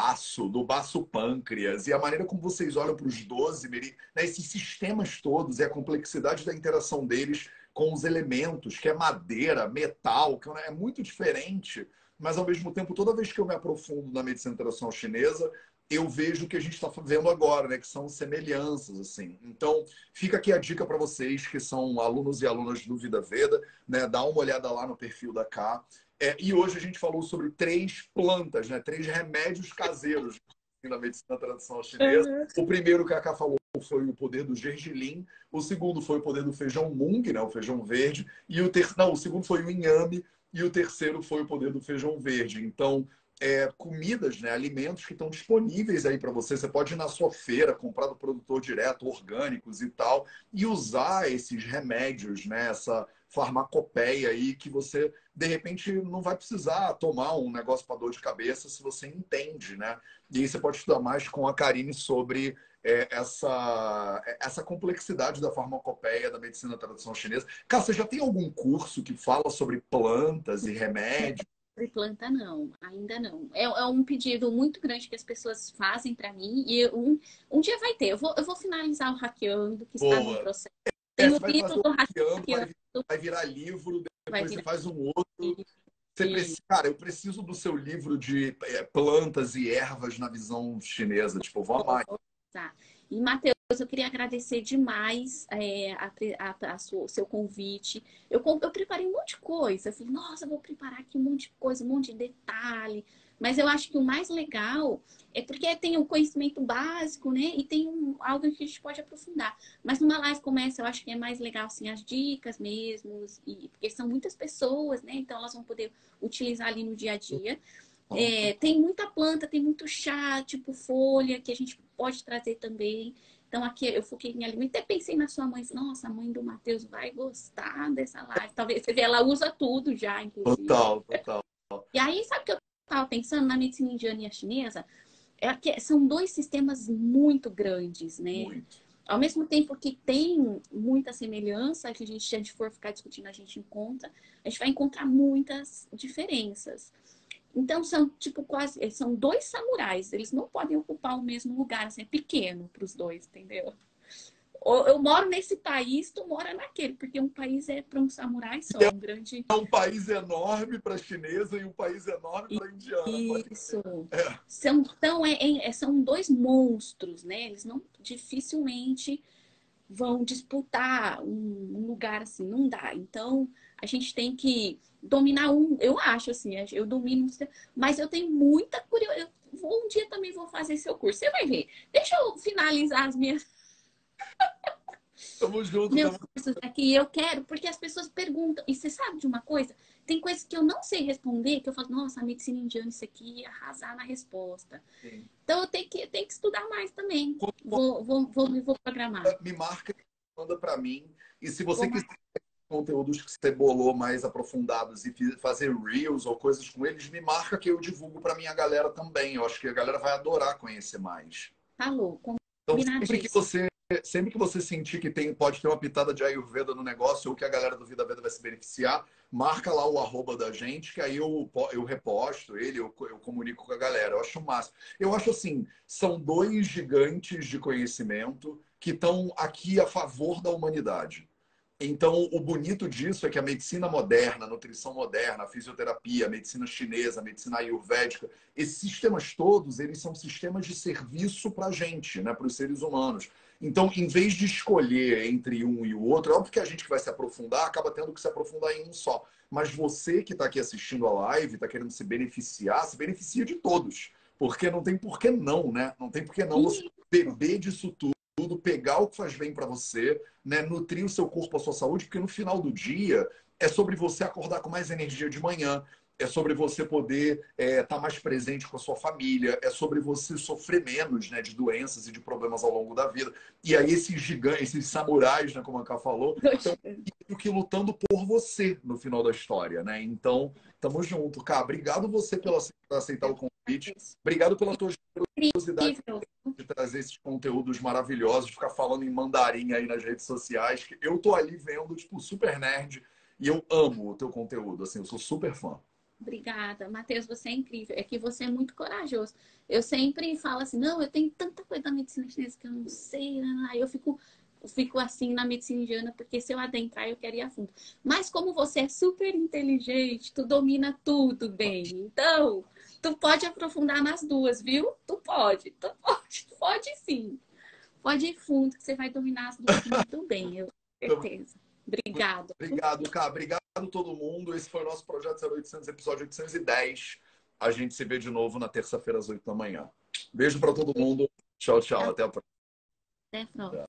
do baço pâncreas, e a maneira como vocês olham para os 12, né, esses sistemas todos e a complexidade da interação deles com os elementos, que é madeira, metal, que é muito diferente, mas ao mesmo tempo, toda vez que eu me aprofundo na medicina tradicional chinesa, eu vejo o que a gente está vendo agora, né? Que são semelhanças, assim. Então, fica aqui a dica para vocês que são alunos e alunas do Vida Veda, né? Dá uma olhada lá no perfil da K. E hoje a gente falou sobre 3 plantas, né? 3 remédios caseiros na medicina tradicional chinesa. O primeiro que a K falou foi o poder do gergelim. O segundo foi o poder do feijão mung, né? O feijão verde. E o segundo foi o inhame. E o terceiro foi o poder do feijão verde. Então, comidas, né, alimentos que estão disponíveis aí para você. Você pode ir na sua feira, comprar do produtor direto, orgânicos e tal, e usar esses remédios, né, essa farmacopeia aí que você, de repente, não vai precisar tomar um negócio para dor de cabeça se você entende, né? E aí você pode estudar mais com a Karine sobre essa complexidade da farmacopeia da medicina tradicional chinesa. Cara, você já tem algum curso que fala sobre plantas e remédios? De planta, não, ainda não. É um pedido muito grande que as pessoas fazem para mim e um dia vai ter. Eu vou finalizar o hackeando, que está no Boa. processo. Tem o Você vai fazer livro o do hackeando, hackeando, vai virar livro, vai depois você virar faz um outro. Você livro. precisa, cara, eu preciso do seu livro de plantas e ervas na visão chinesa. Tipo, eu vou amar. Tá. E, Matheus, eu queria agradecer demais o seu convite. Eu preparei um monte de coisa. Eu falei, nossa, eu vou preparar aqui um monte de coisa, um monte de detalhe. Mas eu acho que o mais legal é porque tem o conhecimento básico, né? E tem algo que a gente pode aprofundar. Mas numa live como essa, eu acho que é mais legal, assim, as dicas mesmo. Porque são muitas pessoas, né? Então elas vão poder utilizar ali no dia a dia. Tem muita planta, tem muito chá, tipo folha, que a gente pode trazer também. Então, aqui eu foquei em alimento. Até pensei na sua mãe. Nossa, a mãe do Matheus vai gostar dessa live. Talvez você vê, ela usa tudo já, inclusive. Total, total. E aí, sabe o que eu estava pensando na medicina indiana e a chinesa? Que são dois sistemas muito grandes, né? Muito. Ao mesmo tempo que tem muita semelhança, que se a gente for ficar discutindo, a gente vai encontrar muitas diferenças. Então são tipo são dois samurais, eles não podem ocupar o mesmo lugar, assim, é pequeno para os dois, entendeu? Eu moro nesse país, tu mora naquele, porque um país é para um samurai só, um grande. É um país enorme para a chinesa e um país enorme para a indiana. Isso. É. São dois monstros, né? Eles não dificilmente vão disputar um lugar assim, não dá. Então, a gente tem que dominar eu acho assim, eu domino, mas eu tenho muita curiosidade. Um dia também vou fazer seu curso, você vai ver. Deixa eu finalizar as minhas Tamo junto, meus tamo... cursos aqui, eu quero, porque as pessoas perguntam. E você sabe de uma coisa? Tem coisas que eu não sei responder, que eu falo, nossa, a medicina indiana, isso aqui ia arrasar na resposta. Sim. Então eu tenho que estudar mais também. Vou programar. Me marca, manda para mim. E se Vou você quiser conteúdos que você bolou mais aprofundados e fazer reels ou coisas com eles, me marca que eu divulgo para minha galera também. Eu acho que a galera vai adorar conhecer mais. falou, Então, combinadíssimo. sempre que você sentir que pode ter uma pitada de Ayurveda no negócio ou que a galera do Vida Veda vai se beneficiar, marca lá o arroba da gente, que aí eu reposto ele, eu comunico com a galera. Eu acho o máximo. Eu acho assim, são dois gigantes de conhecimento que estão aqui a favor da humanidade. Então, o bonito disso é que a medicina moderna, a nutrição moderna, a fisioterapia, a medicina chinesa, a medicina ayurvédica, esses sistemas todos, eles são sistemas de serviço para a gente, né, para os seres humanos. Então, em vez de escolher entre um e o outro, é óbvio que a gente que vai se aprofundar acaba tendo que se aprofundar em um só. Mas você que está aqui assistindo a live, está querendo se beneficiar, se beneficia de todos. Porque não tem por que não, né? Não tem por que não você beber disso tudo, pegar o que faz bem para você, né? Nutrir o seu corpo, a sua saúde, porque no final do dia é sobre você acordar com mais energia de manhã, é sobre você poder estar mais presente com a sua família, é sobre você sofrer menos, né, de doenças e de problemas ao longo da vida. E aí esses gigantes, esses samurais, né, como a Ká falou, estão que lutando por você no final da história, né? Então, tamo junto. Cá, obrigado você pela aceitar o convite. Obrigado pela tua generosidade Incrível. de trazer esses conteúdos maravilhosos, ficar falando em mandarim aí nas redes sociais. Que eu tô ali vendo, tipo, super nerd, e eu amo o teu conteúdo, assim, eu sou super fã. Obrigada, Matheus, você é incrível. É que você é muito corajoso. Eu sempre falo assim, não, eu tenho tanta coisa da medicina chinesa que eu não sei, né? Aí eu fico assim na medicina indiana, porque se eu adentrar, eu quero ir a fundo. Mas como você é super inteligente, tu domina tudo bem. Então, tu pode aprofundar nas duas, viu? Tu pode sim. Pode ir fundo, que você vai dominar as duas muito bem, eu tenho certeza. Obrigada. Obrigado, Cá. Obrigado a todo mundo. Esse foi o nosso Projeto 0800, episódio 810. A gente se vê de novo na terça-feira, às 8 da manhã. Beijo para todo mundo. Tchau, tchau. Até a próxima. Até a próxima.